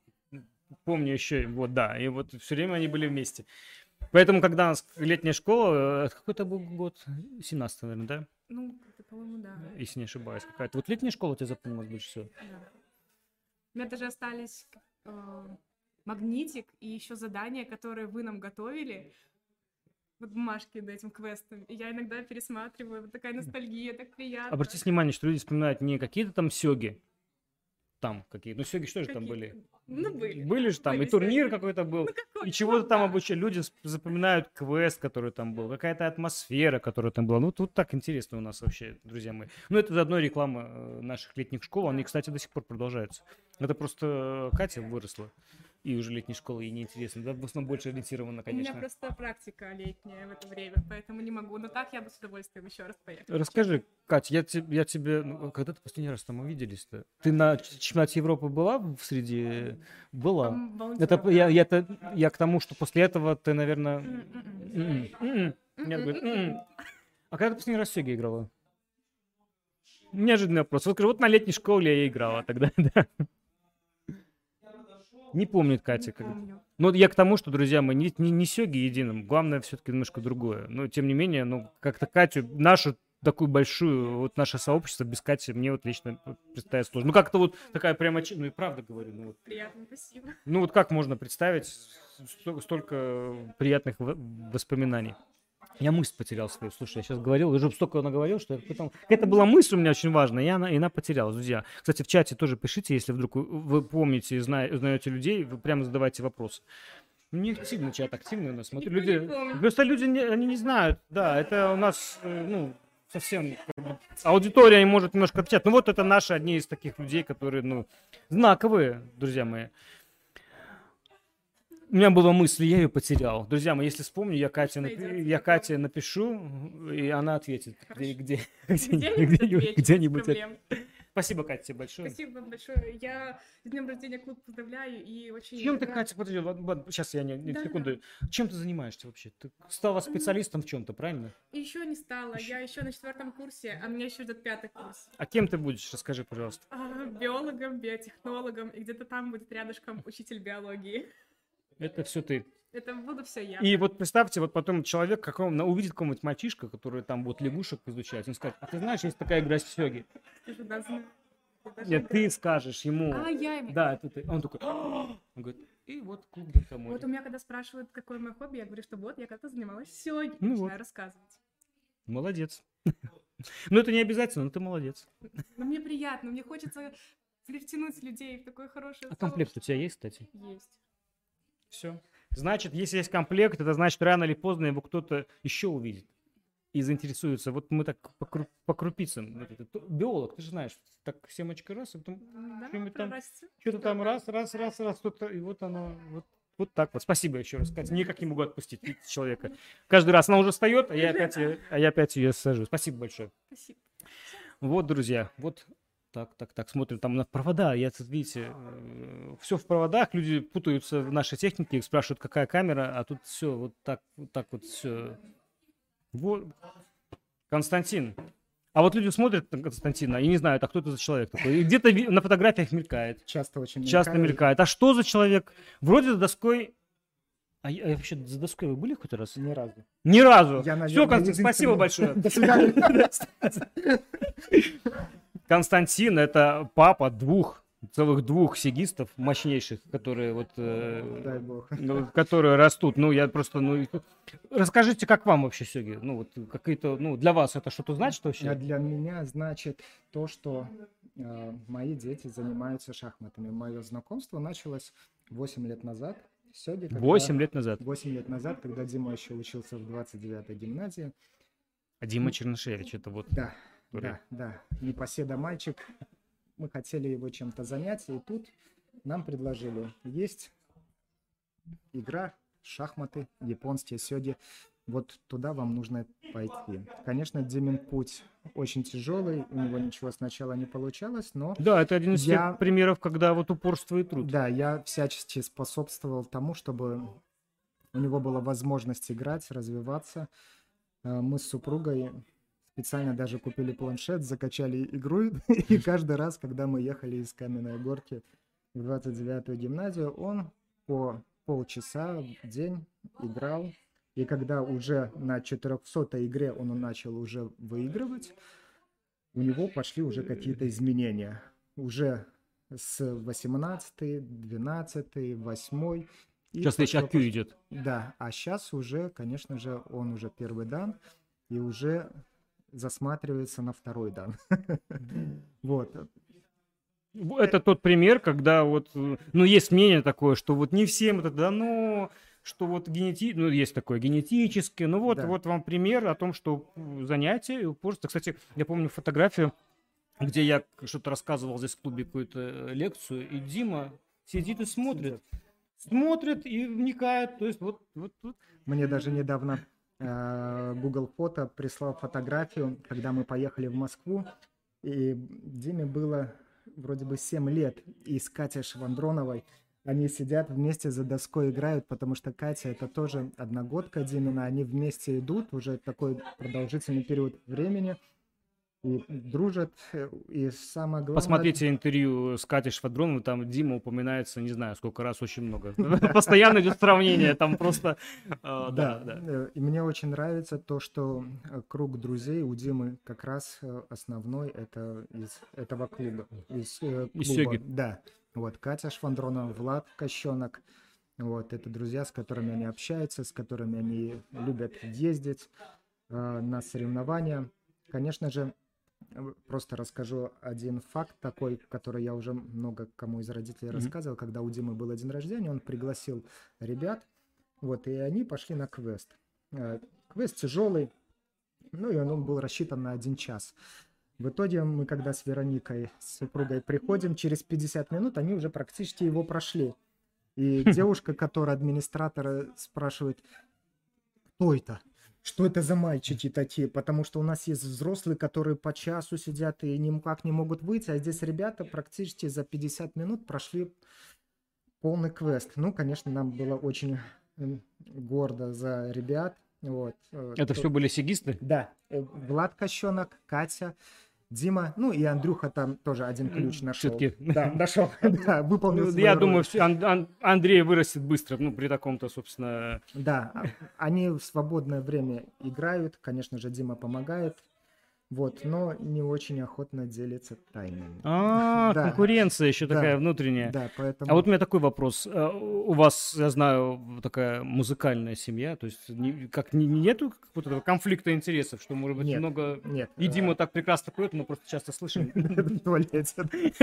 вот, да, и вот все время они были вместе. Поэтому, когда у нас летняя школа, какой-то был год, 17, наверное, да? Ну, это, по-моему, да. Если не ошибаюсь, какая-то. Вот летняя школа у тебя запомнилась больше всего? Да. У меня даже остались магнитик и еще задания, которые вы нам готовили. Вот бумажки над этим квестом. И я иногда пересматриваю. Вот такая ностальгия, так приятно. Обратите внимание, что люди вспоминают не какие-то там сёги. Там какие-то. Ну, сёги что же там были? Ну, были. Были же там, были и турнир сёги. какой-то был. Ну, И чего-то там обучали. Люди запоминают квест, который там был. Какая-то атмосфера, которая там была. Ну, тут так интересно у нас вообще, друзья мои. Ну, это заодно реклама наших летних школ. Они, кстати, до сих пор продолжаются. Это просто Катя выросла. И уже летней школы ей неинтересно, да? В основном больше ориентирована, конечно. У меня просто практика летняя в это время, поэтому не могу. Но так я бы с удовольствием еще раз поехала. Расскажи, Катя, я тебе... когда ты последний раз там увиделись-то? Ты на чемпионате Европы была в среди... Была. Это я к тому, что после этого ты, наверное... Нет, говорит, а когда ты последний раз в Сёге играла? Неожиданный вопрос. Вот скажи, вот на летней школе я играла тогда, да. Не помнит Катя. Но я к тому, что, друзья мои, не Сёги единым. Главное все-таки немножко другое. Но, тем не менее, ну, как-то Катю, нашу такую большую, вот наше сообщество без Кати мне вот лично представить сложно. Ну, как-то вот такая прямо, ну и правда говорю. Ну, вот, приятно, спасибо. Ну, вот как можно представить столько приятных воспоминаний? Я мысль потерял свою. Слушай, я сейчас говорил, уже столько наговорил, что потом... Это была мысль у меня очень важная, и она потерялась, друзья. Кстати, в чате тоже пишите, если вдруг вы помните и знаете людей, вы прямо задавайте вопросы. Не активно чат, активный у нас. Смотрю, просто люди, они не знают. Да, это у нас, ну, совсем... Аудитория не может немножко отвечать. Ну, вот это наши одни из таких людей, которые, ну, знаковые, друзья мои. У меня была мысль, я ее потерял. Друзья мои, если вспомню, я Кате напишу, и она ответит. Где-нибудь. Спасибо, Катя, тебе большое. Спасибо вам большое. Я с днем рождения клуб поздравляю и очень... Чем ты, Катя, подожди, сейчас я секунду. Чем ты занимаешься вообще? Ты стала специалистом в чем-то, правильно? Еще не стала. Я еще на 4 курсе, а меня еще ждет 5 курс. А кем ты будешь? Расскажи, пожалуйста. Биологом, биотехнологом, и где-то там будет рядышком учитель биологии. Это все ты. Это буду все я. И вот представьте, вот потом человек увидит какого-нибудь мальчишка, который там вот лягушек изучает, он скажет, а ты знаешь, есть такая игра Сёги? Нет, ты скажешь ему. Я ему. Да, это ты. Он такой, он говорит, и вот клуб Гинкамори. Вот у меня, когда спрашивают, какое мое хобби, я говорю, что вот, я когда-то занималась Сёги, ну начинаю вот. рассказывать. Молодец. Ну, это не обязательно, но ты молодец. Но мне приятно, мне хочется флиртянуть людей в такое хорошее А комплект у тебя есть, кстати? Есть. Все. Значит, если есть комплект, это значит, рано или поздно его кто-то еще увидит и заинтересуется. Вот мы так по крупицам. Биолог, ты же знаешь, так семечка раз, а потом что-то там раз, что-то, и вот оно, вот так вот. Спасибо еще раз, Катя. Никак не могу отпустить человека. Каждый раз она уже встает, а я опять ее сажу. Спасибо большое. Спасибо. Вот, друзья, вот. Так, смотрим, там на провода, видите, все в проводах, люди путаются в нашей технике, спрашивают, какая камера, а тут все вот так вот все. Вот. Константин. А вот люди смотрят на Константина и не знают, а кто это за человек такой. И где-то на фотографиях мелькает. Часто мелькает. А что за человек? Вроде за доской... А вообще за доской вы были хоть раз? Ни разу. Ни разу? Все, Константин, спасибо большое. До свидания. Константин — это папа целых двух сегистов мощнейших, которые Дай бог. Которые растут. Ну, я просто, расскажите, как вам вообще сёги? Ну, вот какие-то, для вас это что-то значит вообще? А для меня значит то, что мои дети занимаются шахматами. Мое знакомство началось 8 лет назад. Сёги, 8 лет назад? 8 лет назад, когда Дима еще учился в 29-й гимназии. А Дима Чернышевич, это вот... Да, непоседа мальчик. Мы хотели его чем-то занять, и тут нам предложили, есть игра, шахматы, японские сёги, вот туда вам нужно пойти. Конечно, Димин путь очень тяжелый, у него ничего сначала не получалось, но... Да, это один из тех примеров, когда вот упорство и труд. Да, я всячески способствовал тому, чтобы у него была возможность играть, развиваться. Мы с супругой... Специально даже купили планшет, закачали игру, и каждый раз, когда мы ехали из Каменной Горки в 29-ю гимназию, он по полчаса в день играл. И когда уже на 400-й игре он начал уже выигрывать, у него пошли уже какие-то изменения. Уже с 18-й, 12-й, 8-й. Сейчас речь о Q идет. Да, а сейчас уже, конечно же, он уже первый дан, и уже... засматривается на второй дан. Вот. Это тот пример, когда вот, есть мнение такое, что вот не всем это дано, что вот есть такое генетическое, вот вам пример о том, что занятие и упорство. Кстати, я помню фотографию, где я что-то рассказывал здесь в клубе какую-то лекцию, и Дима сидит и смотрит. смотрят и вникают. То есть вот. Мне даже недавно Google Фото прислал фотографию, когда мы поехали в Москву, и Диме было вроде бы 7 лет, и с Катей Швандроновой они сидят вместе за доской, играют, потому что Катя это тоже одногодка Димина, они вместе идут уже такой продолжительный период времени, и дружат, и самое главное... Посмотрите интервью с Катей Швандроновой, там Дима упоминается, не знаю, сколько раз, очень много. Постоянно идет сравнение, там просто... Да, и мне очень нравится то, что круг друзей у Димы как раз основной, это из этого клуба. Из Сёги. Да, вот Катя Швандронова, Влад Кощенок, вот, это друзья, с которыми они общаются, с которыми они любят ездить на соревнования. Конечно же, просто расскажу один факт такой, который я уже много кому из родителей рассказывал. Когда у Димы был день рождения, он пригласил ребят, вот, и они пошли на квест. Квест тяжелый, ну и он был рассчитан на 1 час. В итоге мы, когда с Вероникой, с супругой приходим, через 50 минут они уже практически его прошли. И девушка, которая администратора, спрашивает, кто это? Что это за мальчики такие? Потому что у нас есть взрослые, которые по часу сидят и никак не могут выйти, а здесь ребята практически за 50 минут прошли полный квест. Ну, конечно, нам было очень гордо за ребят. Вот. Это все были сигисты? Да. Влад Кощенок, Катя, Дима, ну и Андрюха там тоже один ключ нашел. Все-таки. Да, нашел, да, выполнил свою Я роль. думаю, Андрей вырастет быстро, ну, при таком-то, собственно... Да, они в свободное время играют, конечно же, Дима помогает, вот, но не очень охотно делится тайнами. Да. Конкуренция еще такая внутренняя. Да, поэтому... А вот у меня такой вопрос. У вас, я знаю, такая музыкальная семья, то есть нету какого-то конфликта интересов, что, может быть, много... Нет. И Дима так прекрасно поет, мы просто часто слышим. В туалете.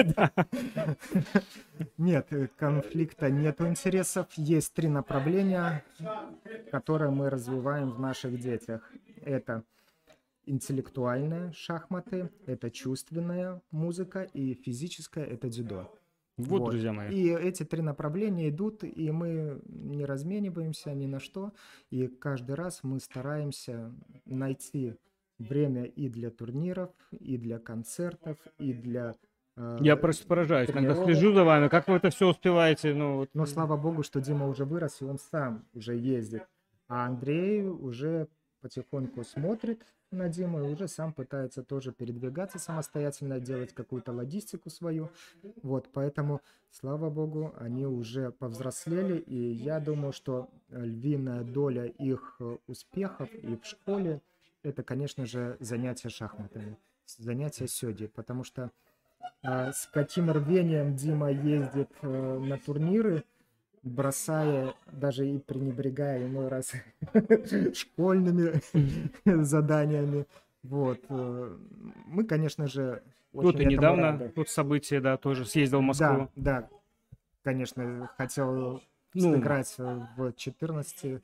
Нет, конфликта нету интересов. Есть 3 направления, которые мы развиваем в наших детях. Это интеллектуальные шахматы, это чувственная музыка, и физическая — это дзюдо. Вот, друзья мои. И эти 3 направления идут, и мы не размениваемся ни на что. И каждый раз мы стараемся найти время и для турниров, и для концертов, и для... Я просто поражаюсь, когда слежу за вами, как вы это все успеваете. Но слава богу, что Дима уже вырос, и он сам уже ездит. А Андрей уже потихоньку смотрит на Диму и уже сам пытается тоже передвигаться самостоятельно, делать какую-то логистику свою. Вот, поэтому, слава богу, они уже повзрослели, и я думаю, что львиная доля их успехов и в школе — это, конечно же, занятия шахматами, занятия сёги, потому что с каким рвением Дима ездит на турниры, бросая, даже и пренебрегая иной раз школьными заданиями. Вот. Мы, конечно же, очень вот и недавно рады. вот событие, да, тоже съездил в Москву. Да, конечно, хотел сыграть в 14,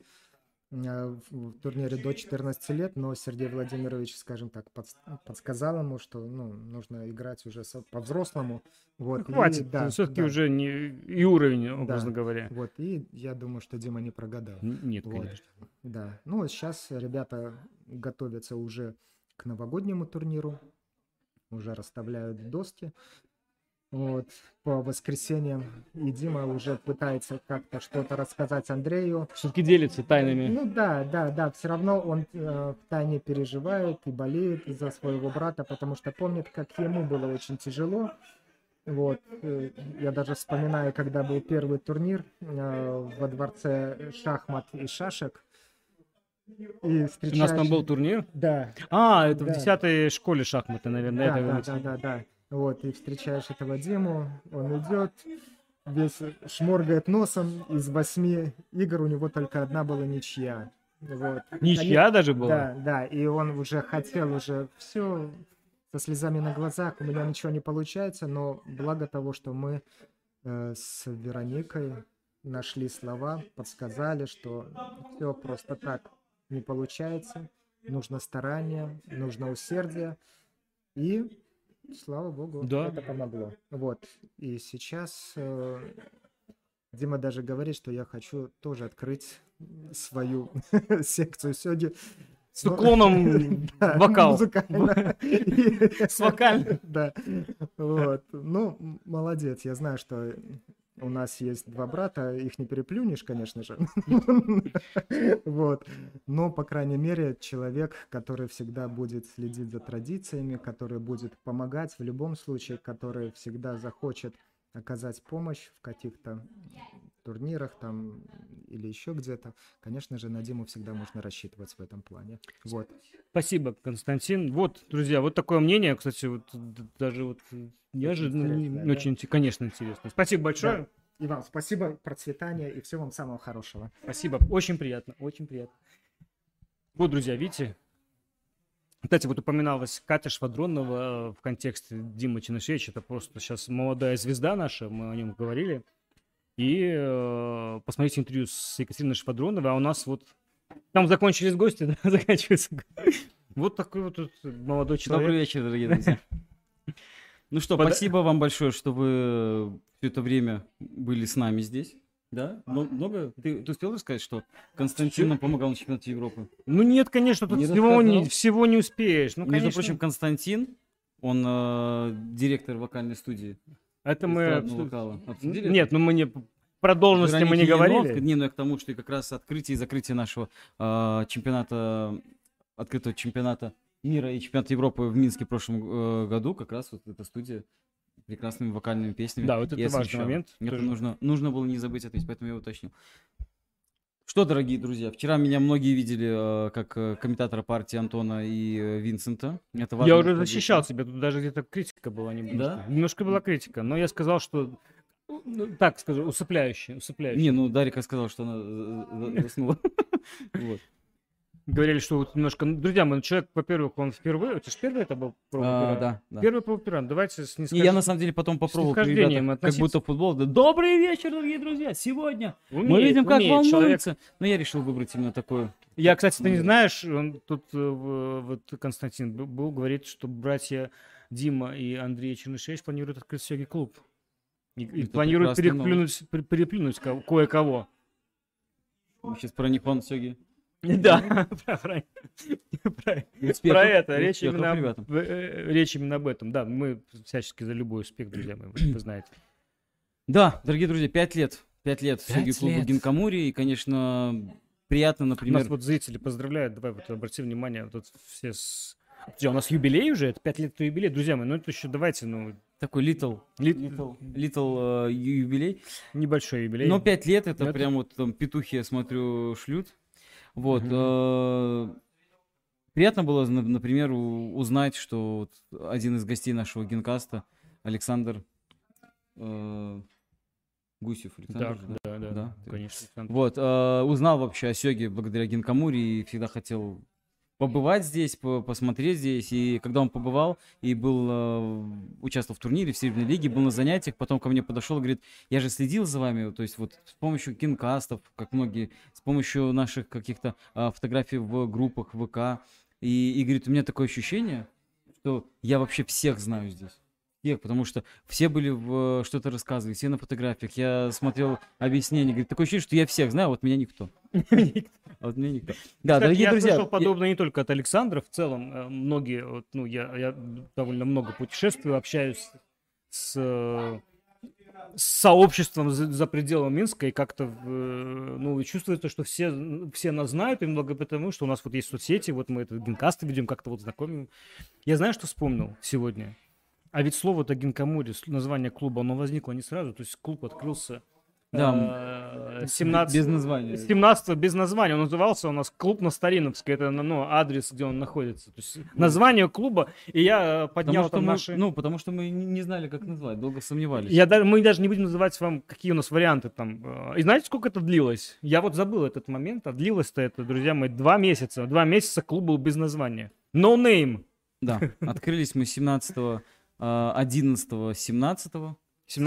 в турнире до 14 лет, но Сергей Владимирович, скажем так, подсказал ему, что нужно играть уже по-взрослому. Вот. Хватит, все-таки уже не и уровень, образно говоря. Вот, и я думаю, что Дима не прогадал. Нет, вот. конечно. Да, ну сейчас ребята готовятся уже к новогоднему турниру, уже расставляют доски. Вот, по воскресеньям, и Дима уже пытается как-то что-то рассказать Андрею. Все-таки делится тайнами. Ну да, все равно он в тайне переживает и болеет за своего брата, потому что помнит, как ему было очень тяжело. Вот, я даже вспоминаю, когда был первый турнир во дворце шахмат и шашек. И у нас там был турнир? Да. Это в 10-й школе шахматы, наверное. Да. Вот, и встречаешь этого Диму, он идет, весь шморгает носом, из 8 игр у него только одна была ничья. Вот. Ничья даже была? Да, и он уже хотел все со слезами на глазах, у меня ничего не получается, но благо того, что мы с Вероникой нашли слова, подсказали, что все просто так не получается, нужно старание, нужно усердие, и слава богу, это помогло. Вот. И сейчас Дима даже говорит, что я хочу тоже открыть свою секцию сёги. С уклоном вокал. С вокальным. Да. Вот. Ну, молодец. Я знаю, что у нас есть 2 брата, их не переплюнешь, конечно же. Вот. Но, по крайней мере, человек, который всегда будет следить за традициями, который будет помогать в любом случае, который всегда захочет оказать помощь в каких-то турнирах там или еще где-то, конечно же, на Диму всегда можно рассчитывать в этом плане. Вот. Спасибо, Константин. Вот, друзья, вот такое мнение, кстати, вот даже вот неожиданно, очень, конечно, интересно. Спасибо большое. Да. И вам спасибо, процветания и всего вам самого хорошего. Спасибо, очень приятно, очень приятно. Вот, друзья, видите? Кстати, вот упоминалась Катя Швадронова в контексте Димы Чинышевича. Это просто сейчас молодая звезда наша, мы о нем говорили. И посмотрите интервью с Екатериной Швадроновой, а у нас вот... Там закончились гости, да? Заканчивается. Вот такой вот тут молодой человек. Добрый вечер, дорогие друзья. Ну что, спасибо вам большое, что вы все это время были с нами здесь. Да? Много? Ты успел рассказать, что Константин нам помогал на чемпионате Европы? Ну нет, конечно, тут всего не успеешь. Ну, между прочим, Константин, он директор вокальной студии. Это мы обсудили? Нет, ну мы не про должности мы не говорили. Не, ну я к тому, что и как раз открытие и закрытие нашего чемпионата, открытого чемпионата мира и чемпионата Европы в Минске в прошлом году, как раз вот эта студия прекрасными вокальными песнями. Да, вот это важный момент. Это нужно было не забыть ответить, поэтому я уточнил. Что, дорогие друзья, вчера меня многие видели как комментатора партии Антона и Винсента. Это я уже защищал себя, тут даже где-то критика была. Да? Немножко была критика, но я сказал, что, так скажу, усыпляющая. Не, ну Дарика сказала, что она заснула. Вот. Говорили, что вот немножко... Друзья мои, человек, во-первых, он впервые... Это же первый это был пробопиран? Да. Первый пробопиран. Давайте я на самом деле потом попробовал, ребята, как будто футбол. Да, добрый вечер, дорогие друзья! Сегодня мы видим, как волнуется. Но я решил выбрать именно такое. Я, кстати, ты не знаешь, тут вот Константин был, говорит, что братья Дима и Андрей Чернышевич планируют открыть сёги-клуб. И планируют переплюнуть кое-кого. Мы сейчас про Нихон сёги. Да, про это. Речь именно об этом. Да, мы всячески за любой успех, друзья мои, вы знаете. Да, дорогие друзья, 5 лет. 5 лет сёги-клубу Гинкамури. И, конечно, приятно, например... Нас вот зрители поздравляют. Давай вот обрати внимание. Тут все у нас юбилей уже, это 5 лет юбилей. Друзья мои, ну это еще давайте, такой little юбилей. Небольшой юбилей. Но 5 лет это прям вот там петухи, я смотрю, шлют. Вот. Приятно было, например, узнать, что вот один из гостей нашего Гинкаста, Александр Гусев. Да, конечно. Вот. Узнал вообще о сёге благодаря Гинкамури и всегда хотел побывать здесь, посмотреть здесь. И когда он побывал и участвовал в турнире, в Серебряной лиге, был на занятиях, потом ко мне подошел и говорит, я же следил за вами, то есть вот с помощью кинкастов, как многие, с помощью наших каких-то фотографий в группах ВК. И говорит, у меня такое ощущение, что я вообще всех знаю здесь. Потому что все были что-то рассказывали, все на фотографиях. Я смотрел объяснения, говорит, такое ощущение, что я всех знаю, а вот меня никто. Вот меня никто. Да, дорогие друзья. Я слышал подобное не только от Александра, в целом многие, я довольно много путешествую, общаюсь с сообществом за пределами Минска, и как-то чувствуется, что все нас знают, и много потому, что у нас вот есть соцсети, вот мы это гинкасты ведем, как-то вот знакомим. Я знаю, что вспомнил сегодня. А ведь слово-то Гинкамури, название клуба, оно возникло не сразу. То есть клуб открылся 17 без названия. 17 без названия. Он назывался у нас клуб на Стариновской. Это адрес, где он находится. То есть название клуба. И я поднял наши... потому что мы не знали, как назвать. Долго сомневались. Мы даже не будем называть вам, какие у нас варианты там. И знаете, сколько это длилось? Я вот забыл этот момент. А длилось-то это, друзья мои, 2 месяца. 2 месяца клуб был без названия. No name. Да. Открылись мы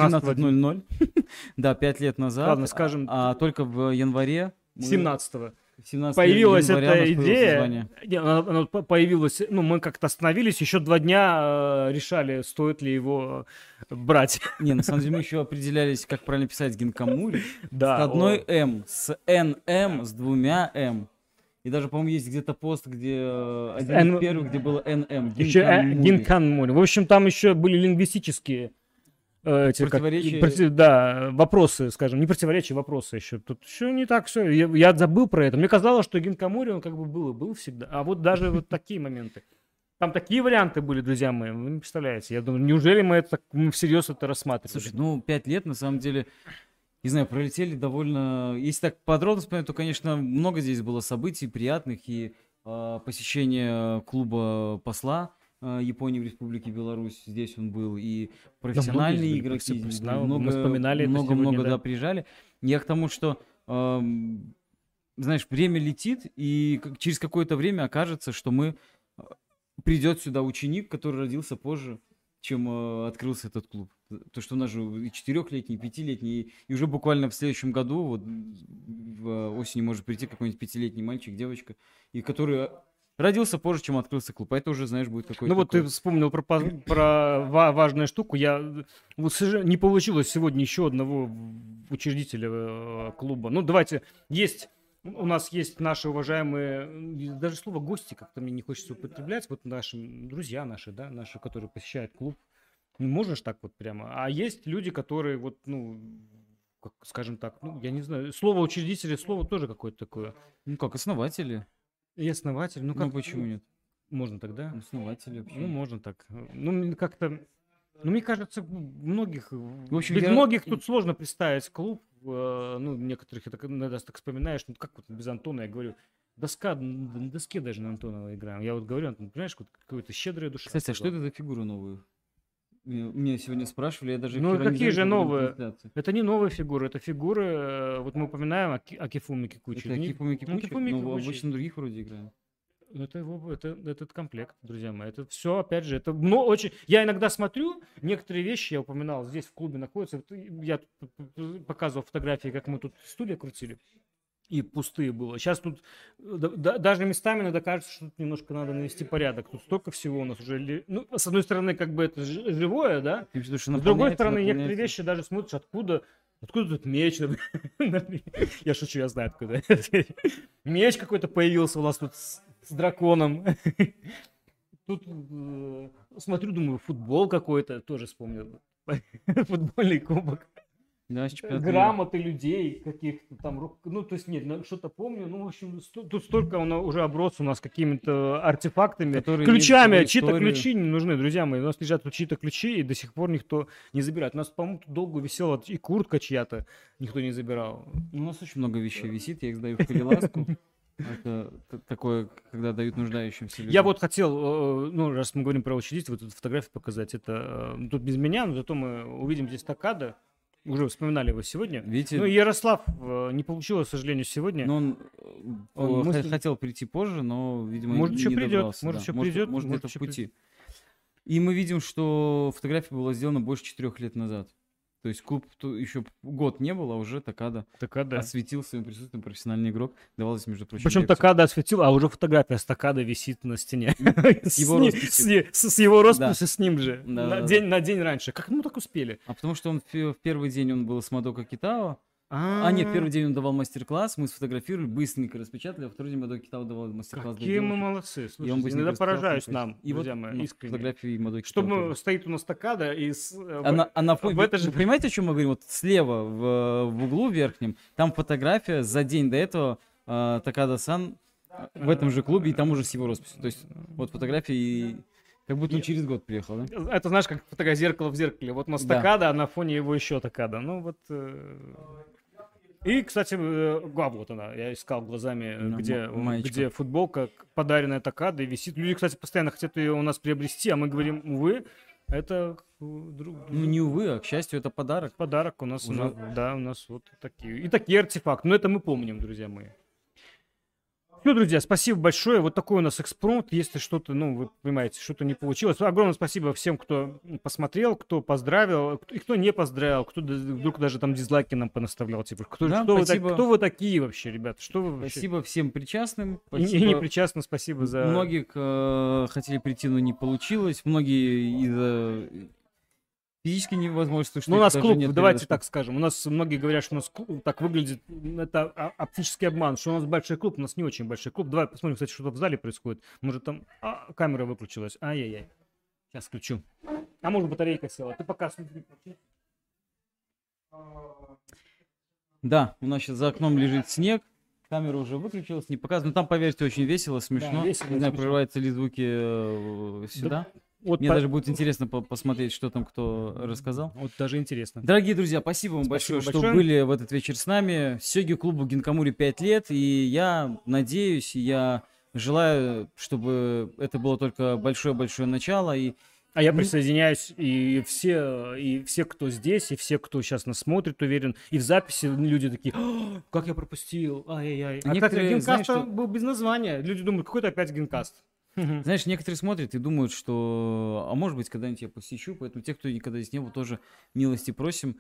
17-00. Да, 5 лет назад. Ладно, скажем. А только в январе... 17-го. появилась эта идея, она появилась, ну, мы как-то остановились, еще 2 дня решали, стоит ли его брать. Не, на самом деле мы еще определялись, как правильно писать Гинкамури. Да. С одной М, с НМ, с 2 М. И даже, по-моему, есть где-то пост, где один из первых, где было НМ. Еще Гинкамури. В общем, там еще были лингвистические вопросы, скажем, не противоречия, вопросы еще. Тут еще не так все. Я забыл про это. Мне казалось, что Гинкамури, он как бы был всегда. А вот даже вот такие моменты. Там такие варианты были, друзья мои, вы не представляете. Я думаю, неужели мы всерьез это рассматривали? Слушай, ну 5 лет, на самом деле, не знаю, пролетели довольно... Если так подробно вспоминать, то, конечно, много здесь было событий приятных. И посещение клуба посла Японии в Республике Беларусь, здесь он был, и профессиональные игроки, много приезжали. Я к тому, что, знаешь, время летит, и через какое-то время окажется, что придет сюда ученик, который родился позже, чем открылся этот клуб. То, что у нас же и 4-летний, и 5-летний, и уже буквально в следующем году, вот в осени может прийти какой-нибудь 5-летний мальчик, девочка, и который... родился позже, чем открылся клуб. А это уже, знаешь, будет какой-то... Ну вот ты вспомнил про важную штуку. Вот не получилось сегодня еще одного учредителя клуба. Ну давайте, у нас есть наши уважаемые, даже слово гости как-то мне не хочется употреблять, вот наши друзья наши, да, наши, которые посещают клуб. Можно ж так вот прямо. А есть люди, которые вот, ну, как, скажем так, ну, я не знаю, слово учредители, слово тоже какое-то такое. Ну как, основатели. И основатель, ну как... Ну почему нет? Можно тогда? Основатели. Ну можно так. Ну как-то... Ну мне кажется, многих... В общем, многих тут сложно представить клуб. Ну некоторых это иногда так вспоминаешь. Ну как вот без Антона я говорю. На доске даже на Антонова играем. Я вот говорю, Антон, понимаешь, какая-то щедрая душа. Кстати, а что это за фигуры новые? Меня сегодня спрашивали, я даже... Ну какие же новые? Это не новые фигуры, это фигуры... Вот мы упоминаем Акифуми Кикучи. Это Акифуми Кикучи? Ну, обычно других вроде играем. Это этот комплект, друзья мои. Это все, опять же, это очень... Я иногда смотрю, некоторые вещи, я упоминал, здесь в клубе находятся. Я показывал фотографии, как мы тут стулья крутили. И пустые было. Сейчас тут даже местами надо кажется, что тут немножко надо навести порядок. Тут столько всего у нас уже... Ну, с одной стороны, как бы это живое, да? С другой стороны, некоторые вещи даже смотришь, откуда тут меч? Я шучу, я знаю, откуда. Меч какой-то появился у нас тут с драконом. Тут смотрю, думаю, футбол какой-то, тоже вспомнил. Футбольный кубок. Да, грамоты людей каких-то там, ну, то есть, нет, что-то помню, ну, в общем, тут столько уже оброс у нас какими-то артефактами, ключами, чьи-то ключи не нужны, друзья мои, у нас лежат тут чьи-то ключи, и до сих пор никто не забирает. У нас, по-моему, долго висела и куртка чья-то, никто не забирал. У нас очень много вещей висит, я их сдаю в перелазку. Это такое, когда дают нуждающимся людям. Я вот хотел, ну, раз мы говорим про учредителей, вот эту фотографию показать, это тут без меня, но зато мы увидим здесь Такада. Уже вспоминали его сегодня. Видите? Ну, Ярослав не получилось, к сожалению, сегодня. Но он хотел прийти позже, но, видимо, может, не еще придет, добрался. Может, еще придет. Может, где-то в пути. И мы видим, что фотография была сделана больше 4 лет назад. То есть клуб еще год не было, а уже Такада осветил своим присутствием профессиональный игрок. Давалось, между прочим, причем Такада осветил, а уже фотография с Такада висит на стене. С его росписью, с ним же. На день раньше. Как мы так успели? А потому что он в первый день он был с Мадока Китао. Нет, первый день он давал мастер-класс, мы сфотографировали, быстренько распечатали, а второй день Мадоки Китао давал мастер-класс. Какие мы молодцы, слушайте, иногда поражаюсь нам, друзья мои, искренне. Фотографии Мадоки Китао. Чтобы стоит у нас Такада и... на фоне, вы понимаете, о чем мы говорим? Вот слева в углу верхнем, там фотография за день до этого Такада-сан в этом же клубе, и там уже с его росписью. То есть вот фотографии... Как будто он через год приехал, да? Это, знаешь, как зеркало в зеркале. Вот у нас Такада, а на фоне его еще Такада. Ну вот... И, кстати, вот она, я искал глазами, где футболка, подаренная Такадой, висит. Люди, кстати, постоянно хотят ее у нас приобрести, а мы говорим, увы, это... Ну, не увы, а, к счастью, это подарок. Подарок у нас, да, у нас вот такие. И такие артефакты, но это мы помним, друзья мои. Все, друзья, спасибо большое. Вот такой у нас экспромт. Если что-то, ну, вы понимаете, что-то не получилось. Огромное спасибо всем, кто посмотрел, кто поздравил, и кто не поздравил, кто вдруг даже там дизлайки нам понаставлял. Типа, кто вы такие вообще, ребята? Что вы вообще? Спасибо всем причастным. И непричастным спасибо за... Многих хотели прийти, но не получилось. Многие из-за физически невозможно. Ну, у нас клуб, давайте так скажем. У нас многие говорят, что у нас клуб так выглядит, это оптический обман, что у нас большой клуб, у нас не очень большой клуб. Давай посмотрим, кстати, что в зале происходит. Может, там камера выключилась. Ай-яй-яй. Сейчас включу. А может, батарейка села. Ты пока смотри. Да, у нас сейчас за окном лежит снег. Камера уже выключилась, не показывает. Но там, поверьте, очень весело, смешно. Да, весело, не знаю, смешно. прорываются ли звуки сюда. Да. Вот Мне даже будет интересно посмотреть, что там кто рассказал. Вот даже интересно. Дорогие друзья, спасибо вам большое, что были в этот вечер с нами. Сёги клубу Гинкамури 5 лет, и я надеюсь, я желаю, чтобы это было только большое-большое начало. А я присоединяюсь, и все, кто здесь, и все, кто сейчас нас смотрит, уверен, и в записи люди такие, как я пропустил, ай-яй-яй. А некоторые, Гинкаст был без названия, люди думают, какой-то опять Гинкаст. Знаешь, некоторые смотрят и думают, что, а может быть, когда-нибудь я посещу, поэтому те, кто никогда здесь не был, тоже милости просим.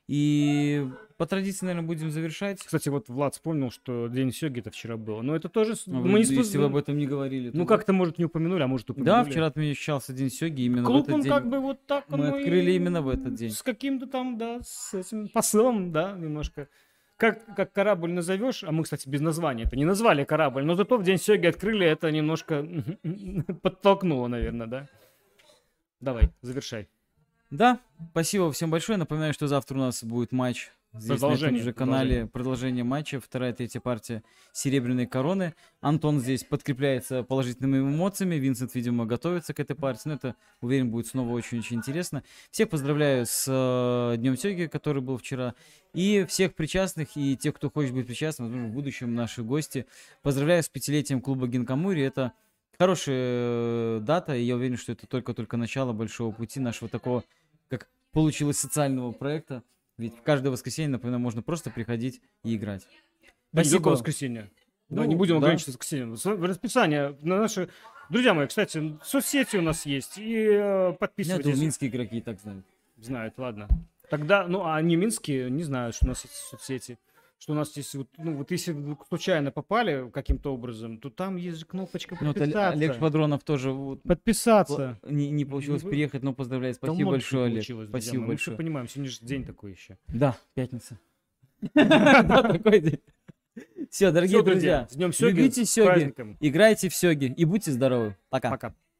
И по традиции, наверное, будем завершать. Кстати, вот Влад вспомнил, что День Сёги это вчера было. Но это тоже... Если вы об этом не говорили. Ну, как-то, может, не упомянули, а может, упомянули. Да, вчера отмечался День Сёги именно Клуб, в этот он день. как бы вот так... Мы открыли именно в этот день. С каким-то там, да, с этим посылом, да, немножко. Как корабль назовешь, а мы, кстати, без названия это не назвали корабль, но зато в День Сёги открыли, это немножко подтолкнуло, наверное, да? Давай, завершай. Да, спасибо всем большое. Напоминаю, что завтра у нас будет матч здесь на этом же канале. Продолжение матча. 2-я, 3-я партия Серебряной Короны. Антон здесь подкрепляется положительными эмоциями. Винсент, видимо, готовится к этой партии. Но это, уверен, будет снова очень-очень интересно. Всех поздравляю с Днем Сёги, который был вчера. И всех причастных, и тех, кто хочет быть причастным, возможно, в будущем наши гости. Поздравляю с 5-летием клуба Гинкамури. Это хорошая дата, и я уверен, что это только-только начало большого пути нашего такого, как получилось, социального проекта. Ведь в каждое воскресенье, например, можно просто приходить и играть. Спасибо. Воскресенье. Да, не будем ограничиваться воскресеньем. Расписание на наши... Друзья мои, кстати, соцсети у нас есть, и подписывайтесь. Я думаю, минские игроки и так знают. Знают, ладно. Тогда, ну, а не минские не знают, что у нас есть соцсети. Что у нас здесь, вот если случайно попали каким-то образом, то там есть же кнопочка подписаться. Вот Олег Швадронов тоже подписаться. Не получилось приехать, но поздравляю. Спасибо большое, Олег. Спасибо большое. Мы все понимаем, сегодня же день такой еще. Да, пятница. Да, такой день. Все, дорогие друзья, с Днем Сёги, любите Сёги, играйте в Сёги и будьте здоровы. Пока. Пока.